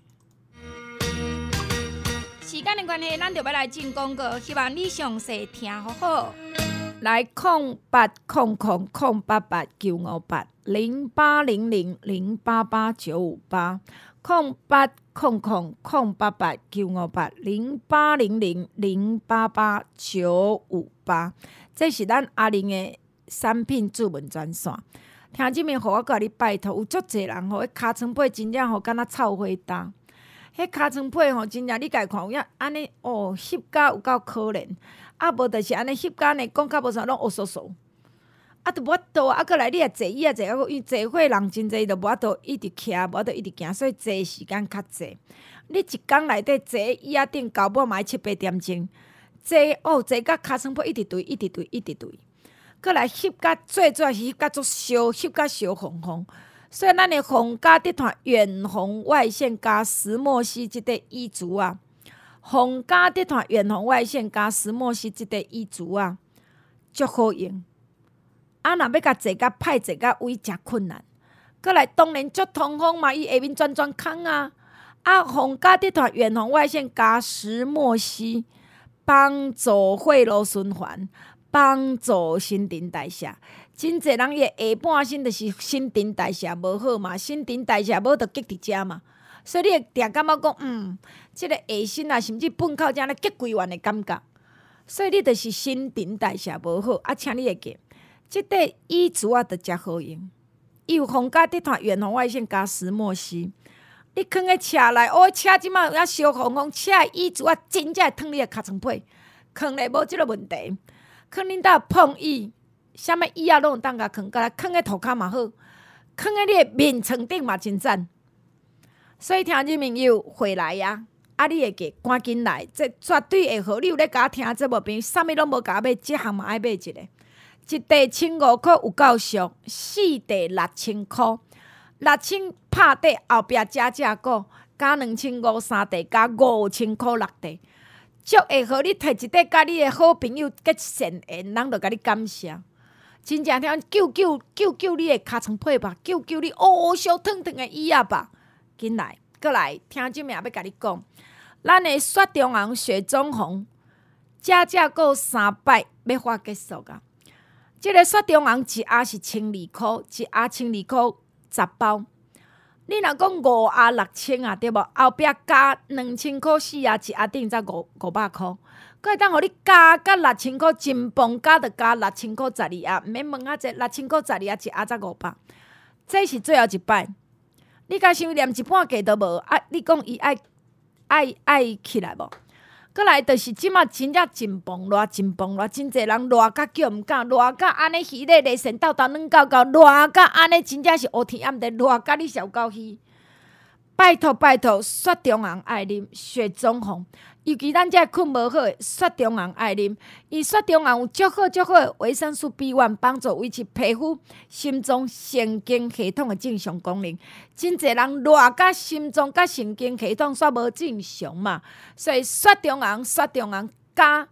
时间的关系，咱就要来进广告，希望你详细听好好。来，空八空空空八八九五八零八零零零八八九五八空八空空空八八九五八零八零零零八八九五八，这是咱阿玲的产品主文专线。听即面，互我甲你拜托，有足侪人吼，迄尻川被真正吼，敢若臭花搭。迄尻川被吼，真正你家看有影安尼哦，翕甲有够可怜。啊，无就是安尼翕甲呢，讲较无啥，拢乌索索。啊，都无法度啊！过来你也坐椅啊，坐啊，伊坐伙人真济，就无法度一直徛，无法度一直行，所以坐时间较济。你一工内底坐椅仔顶，到尾嘛爱七八点钟。坐哦，坐甲尻川被一直对，一直对，一直对。过来翕甲最主要是翕甲足烧，翕甲烧红红。所以咱的红家这团远红外线加石墨烯即个衣足啊，红家这团远红外线加石墨烯即个衣足啊，足好用。啊，若要甲坐甲歹坐甲位诚困难。过来当然足通风嘛，伊下面转转空啊。啊，红家这团远红外线加石墨烯，帮助血路循环。帮助新陈代谢，真侪人伊下半身就是新陈代谢无好嘛，新陈代谢无就积伫遮嘛，所以你会定感觉讲，嗯，即、這个下身啊，甚至粪口遮咧结规完的感觉，所以你就是新陈代谢无好，啊，请你会记，即个椅子啊，就诚好用，伊有红加地团远红外线加石墨烯，你放喺车内，哦，车即马有影烧红红，车的椅子啊，真正会烫你的尻川被，放咧无即个问题。放恁兜碰椅，啥物椅啊拢有当甲放，甲来放喺涂骹嘛好，放喺你的面床顶嘛真赞。所以听众朋友回来呀，啊你会记赶紧来，这绝对会好。你有咧甲我听节目朋友，啥物拢无甲我买，即项嘛爱买一个，一地千五块有够俗，四地六千箍，六千拍底后壁加价股，加两千五三地，加五千箍六地。足会互你摕一块，甲你的好朋友结善缘，人就甲你感谢。真正听救救救救你的尻川被吧，救救你哦烧烫烫的椅仔吧，紧来，过来，听这名要甲你讲，咱的雪中红、雪中红，加价过三百要发结束啊！这个雪中红一盒是千二箍，一盒千二箍十包。你若讲五盒六千啊，对无？后壁加两千箍四盒，一盒顶才五五百箍。佮会当互你加甲六千箍，真棒加着加六千箍十二盒，毋免问啊济，六千箍十二盒一盒才五百。这是最后一摆，你甲想念一半价都无啊！你讲伊爱爱爱起来无？过来就是即马真正真棒热，真棒热，真侪人热甲叫毋敢，热甲安尼鱼咧咧神斗斗软狗狗，热甲安尼真正是 O T M 的，热甲你小狗鱼。拜托拜托，雪中红爱啉，雪中红，尤其咱遮困无好，雪中红爱啉。伊雪中红有足好足好的维生素 B 一，帮助维持皮肤、心脏、神经系统的正常功能。真侪人热甲心脏甲神经系统煞无正常嘛，所以雪中红、雪中红加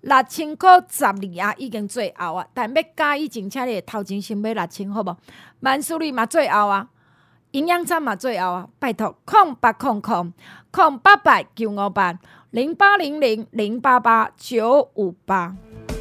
六千块十二啊，已经最后啊，但要加以前，请你头前先买六千，好无？万事如意嘛最后啊，营养餐嘛最后啊，拜托，空八空空空八八九五八零八零零零八八九五八。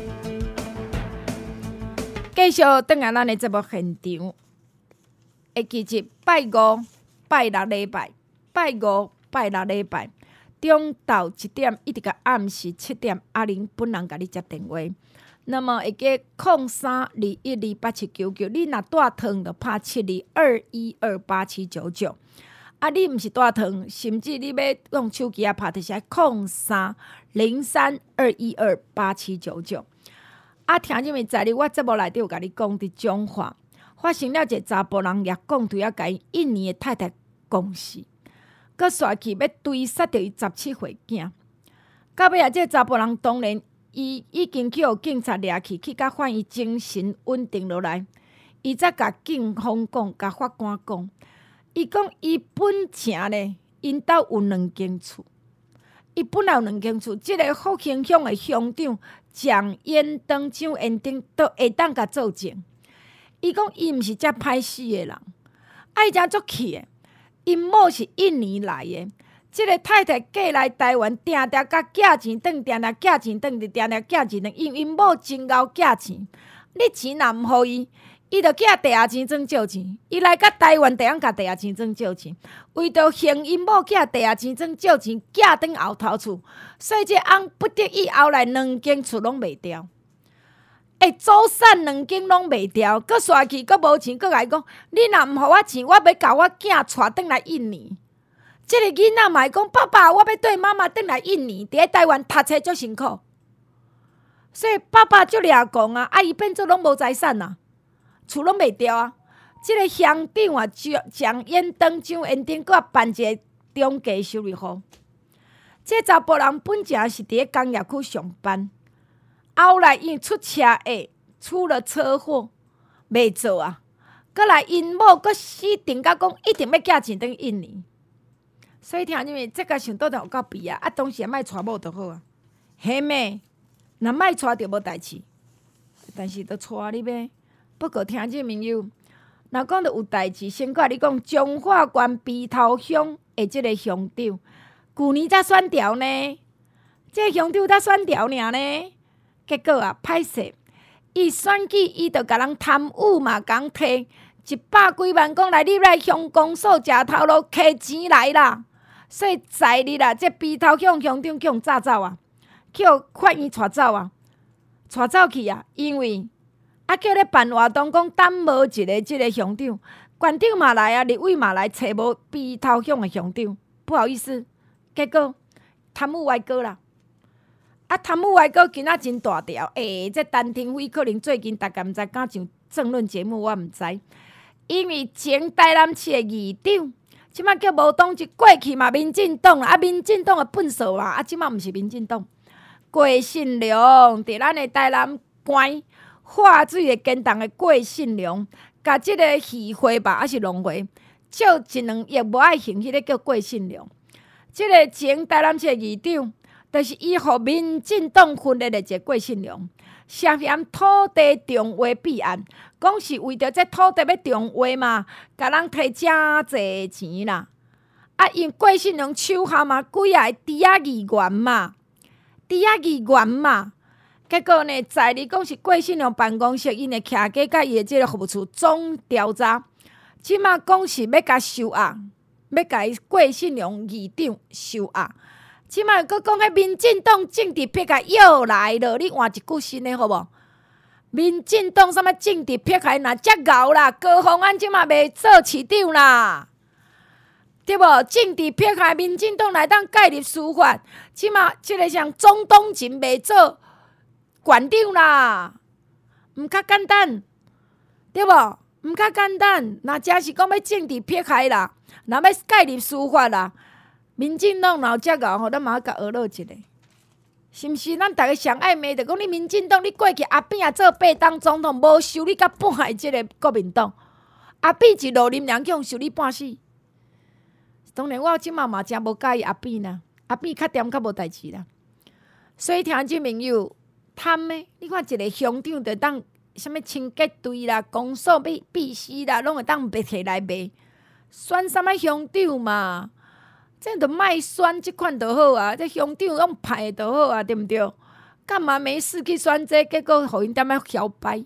继续转来咱的节目现场，会记住拜五、拜六礼拜、拜五、拜六礼拜。中昼一點一直到暗時七點，阿玲本人甲你接電話。那麼會記零三二一二八七九九，你若帶糖就拍七二二一二八七九九。啊，你毋是帶糖，甚至你要用手機啊拍，就是零三零三二一二八七九九。啊，聽入面在你我節目內底有甲你講啲種話，發生了一個查甫人也講對啊，甲伊印尼的太太講死。佮煞去要追殺着伊十七歲囝，到尾啊，這個查甫人當然伊已經去互警察掠去，去甲反伊精神穩定落來。伊才甲警方講，甲法官講，伊講伊本城咧，因兜有兩間厝，伊本來有兩間厝，即、這個福興鄉的鄉長蔣彥登、蔣彥登都會當甲作證。伊講伊毋是遮歹死的人，愛遮足氣的。因某是印尼來的，即、這個太太嫁來台灣，定定甲寄錢轉，定定寄錢轉，定定寄錢轉，因為因某真敖寄錢，你錢若毋互伊，伊就寄地下錢莊借錢，伊來甲台灣地方甲地下錢莊借錢，為着還因某寄地下錢莊借錢，寄轉後頭厝，所以這翁不得已後來兩間厝攏賣掉。會祖產兩間攏賣掉，閣煞去，閣無錢，閣來講，你若毋互我錢，我要甲我囝帶轉來印尼。即、這個囡仔嘛會講，爸爸，我要對媽媽轉來印尼，佇咧台灣讀冊足辛苦。所以爸爸足掠講啊，啊伊變做攏無財產啊，厝攏賣掉啊。即、這個鄉長啊，蔣彥登、蔣彥登，閣辦一個中介收入戶。即、這個查甫人本正是佇咧工業區上班。後來因出車禍，出了車禍，袂做啊。閣來因某閣死定甲講，一定要寄錢轉印尼。所以聽入面，這個想倒轉有夠弊啊！啊，當時莫娶某就好啊。嘿妹，若莫娶就無代誌，但是都娶你唄。不過聽入面有，若講到有代誌，先甲你講，彰化縣鼻頭鄉的即個鄉長，舊年才選調呢，這個鄉長才選調爾呢。結果啊，歹勢，伊選舉，伊就甲人貪污嘛，講摕一百幾萬，講來你來鄉公所食頭路，摕錢來啦。所以在日啦，這鼻頭鄉鄉長叫炸走啊，叫勸伊帶走啊，帶走去啊，因為啊叫咧辦活動，講等無一個即個鄉長，縣長嘛來啊，立委嘛來，找無鼻頭鄉的鄉長，不好意思，結果貪污外國啦。啊，貪污外國今仔真大條，誒、欸，這陳廷輝可能最近大家毋知敢上政論節目，我毋知，因為前台南市的議長，即馬叫無黨籍，過去嘛民進黨啦，啊民進黨的笨手啦，啊即馬毋是民進黨，郭信良佇咱的台南關化水的建檔的郭信良，甲即個魚會吧，還是龍會，借一兩億無愛行，迄個叫郭信良，即、這個前台南市的議長。就是伊互民進黨分裂的一個郭信良，涉嫌土地重劃弊案，講是為着這土地要重劃嘛，甲人摕真濟錢啦。啊，因郭信良手下嘛，幾啊個抵押議員嘛，抵押議員嘛，結果呢，在你講是郭信良辦公室，因會徛過甲伊的即個服務處總調查，即馬講是要甲收押，要甲伊郭信良議長收押。即擺閣講迄民進黨政治迫害又來了，你換一句新的好無？民進黨什麼政治迫害若遮牛啦，高虹安即擺袂做市長啦，對無？政治迫害民進黨來當介入司法，即擺即個像總統前袂做縣長啦，毋較簡單，對無？毋較簡單，若真是講要政治迫害啦，若要介入司法啦。民進黨若有遮牛，吼，咱嘛要甲學落一個，是毋是？咱逐個上愛罵，着講你民進黨，你過去阿扁也做八當總統，無收你甲半個即個國民黨，阿扁一路林良強收你半死。當然，我即馬嘛真無介意阿扁啦，阿扁較點較無代誌啦。所以聽眾朋友， 贪的，你看一个乡长就当什物清洁队啦、公所必必须啦，拢会当卖摕来卖。选什么乡长嘛？这著莫选即款就好啊！这乡长用派就好啊，对毋对？干嘛没事去选这个，结果互因踮咧摇摆？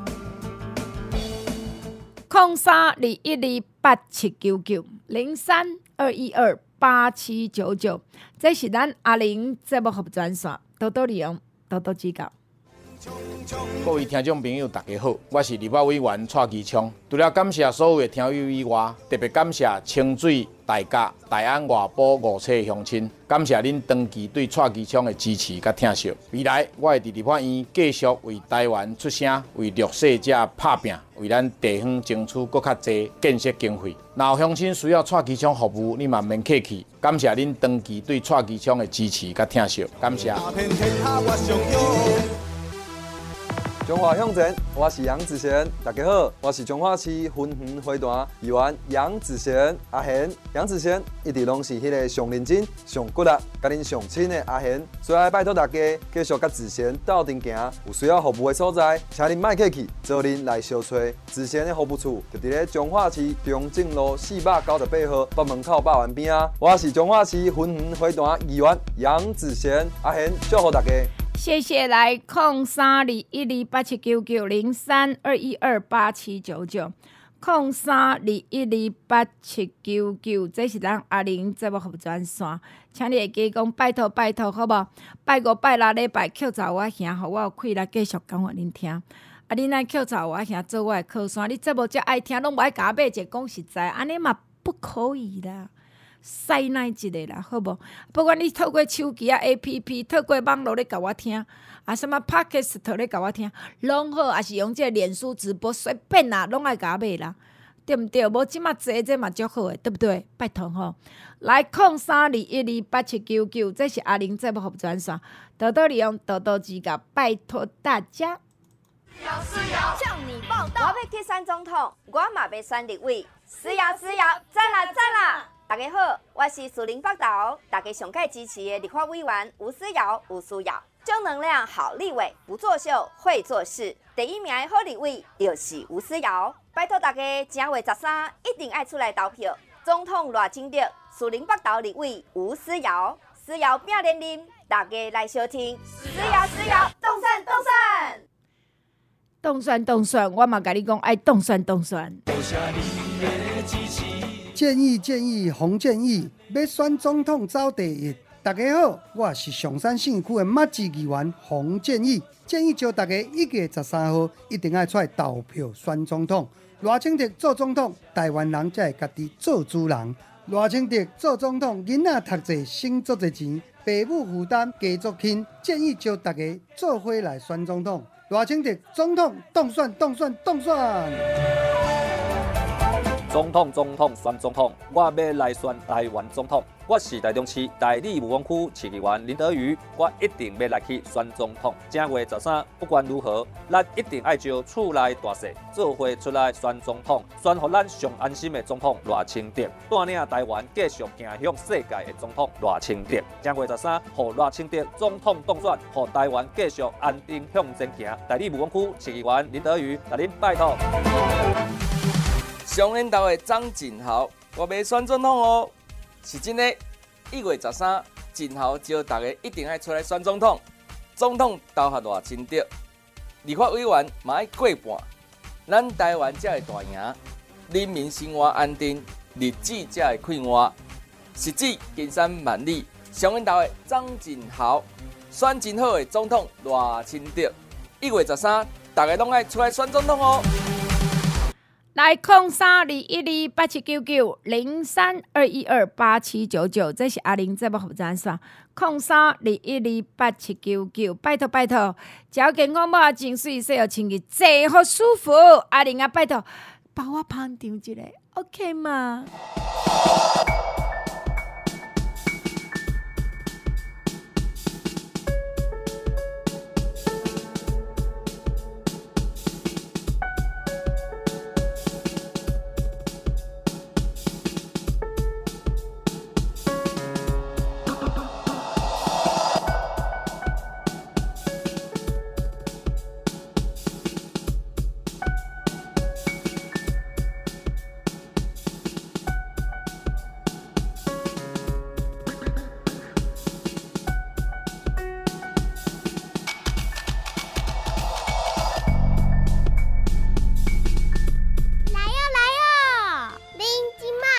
空三二一二八七九九零三二一二八七九九，这是咱阿玲节目服务专线，多多利用，多多指教。 各位听众朋友，大家好，我是立法委员蔡其昌。除了感谢所有的听友以外，特别感谢清水、大甲、大安外埔五车乡亲，感谢恁长期对蔡其昌的支持甲疼惜。未来我会伫立法院继续为台湾出声，为弱势者拍拼，为咱地方争取更较侪建设经费。若有乡亲需要蔡其昌服务，你嘛免客气。感谢恁长期对蔡其昌的支持甲疼惜，感谢。 中华向前，我是杨子贤，大家好，我是中华市云园花坛议员杨子贤阿贤。杨子贤一直拢是迄个上认真、上骨力、甲恁上亲的阿贤，所以拜托大家继续甲子贤斗阵行，有需要服务的所在，请恁莫客气，找恁来相找。子贤的服务处就伫咧中华市中正路四百九十八号北门口百万边啊。我是中华市云园花坛议员杨子贤阿贤，祝福大家。 谢谢来空三二一二八七九九零三二一二八七九九空三二一二八七九九，这是咱阿玲节目服务专线，请你会记讲拜托拜托，好无？拜五拜六礼拜扣查我兄，互我有气力继续讲互恁听。啊，恁爱扣查我兄做我的靠山，你节目遮爱听，拢无爱甲我买者，讲实在，安尼嘛不可以啦。塞奶一个啦，好无？不管你透过手机啊 A P P， 透过网络咧甲我听，啊什么 Podcast 咧甲我听，拢好，也是用这个脸书直播，随便啦，拢爱甲我买啦，对毋对？无即马坐这嘛足好诶，对不对？拜托吼，来空三二一二八七九九，这是阿玲节目服务专线，多多利用，多多指教，拜托大家。 向你报道，我要去选总统，我嘛要选立委，是呀是呀，赞啦赞啦！大家好，我是树林北投，大家上届支持的立法委员吴思瑶，吴思瑶，正能量好立委，不作秀会做事，第一名的好立委就是吴思瑶。拜托大家正月十三一定爱出来投票，总统赖清德，树林北投立委吴思瑶，思瑶拼连任，大家来收听，思瑶思瑶，动算动算。 动算动算，我嘛甲你讲，爱动算动算。 建议建议洪建议，要选总统走第一。大家好，我是上山县区的马志议员洪建议，建议招大家一月十三号一定爱出来投票选总统。赖清德做总统，台湾人才会家己做主人。赖清德做总统，囡仔读册省足侪钱，父母负担加足轻。建议招大家做伙来选总统。赖清德总统动算动算动算。 总统总统选总统，我要来选台湾总统。我是台中市大理武安区市议员林德瑜，我一定要来去选总统。正月十三，不管如何，咱一定爱招厝内大细做伙出来选总统，选互咱上安心的总统赖清德，带领台湾继续行向世界的总统赖清德。正月十三，互赖清德总统当选，互台湾继续安定向前行。大理武安区市议员林德瑜，甲恁拜托。 上领导的张锦豪，我要选总统哦！是真的，一月十三，锦豪招大家一定爱出来选总统。总统投下赖清德，立法委员嘛爱过半，咱台湾才会大赢，人民生活安定，日子才会快活。实际金山万里，上领导的张锦豪，选真好的总统赖清德。一月十三，大家拢爱出来选总统哦！ 来空三二一二八七九九零三二一二八七九九，这是阿玲节目服务专线。空三二一二八七九九，拜托拜托，只要健康无情绪，洗好清气，坐好舒服。阿玲啊，拜托，帮我捧场一下 ，OK 吗？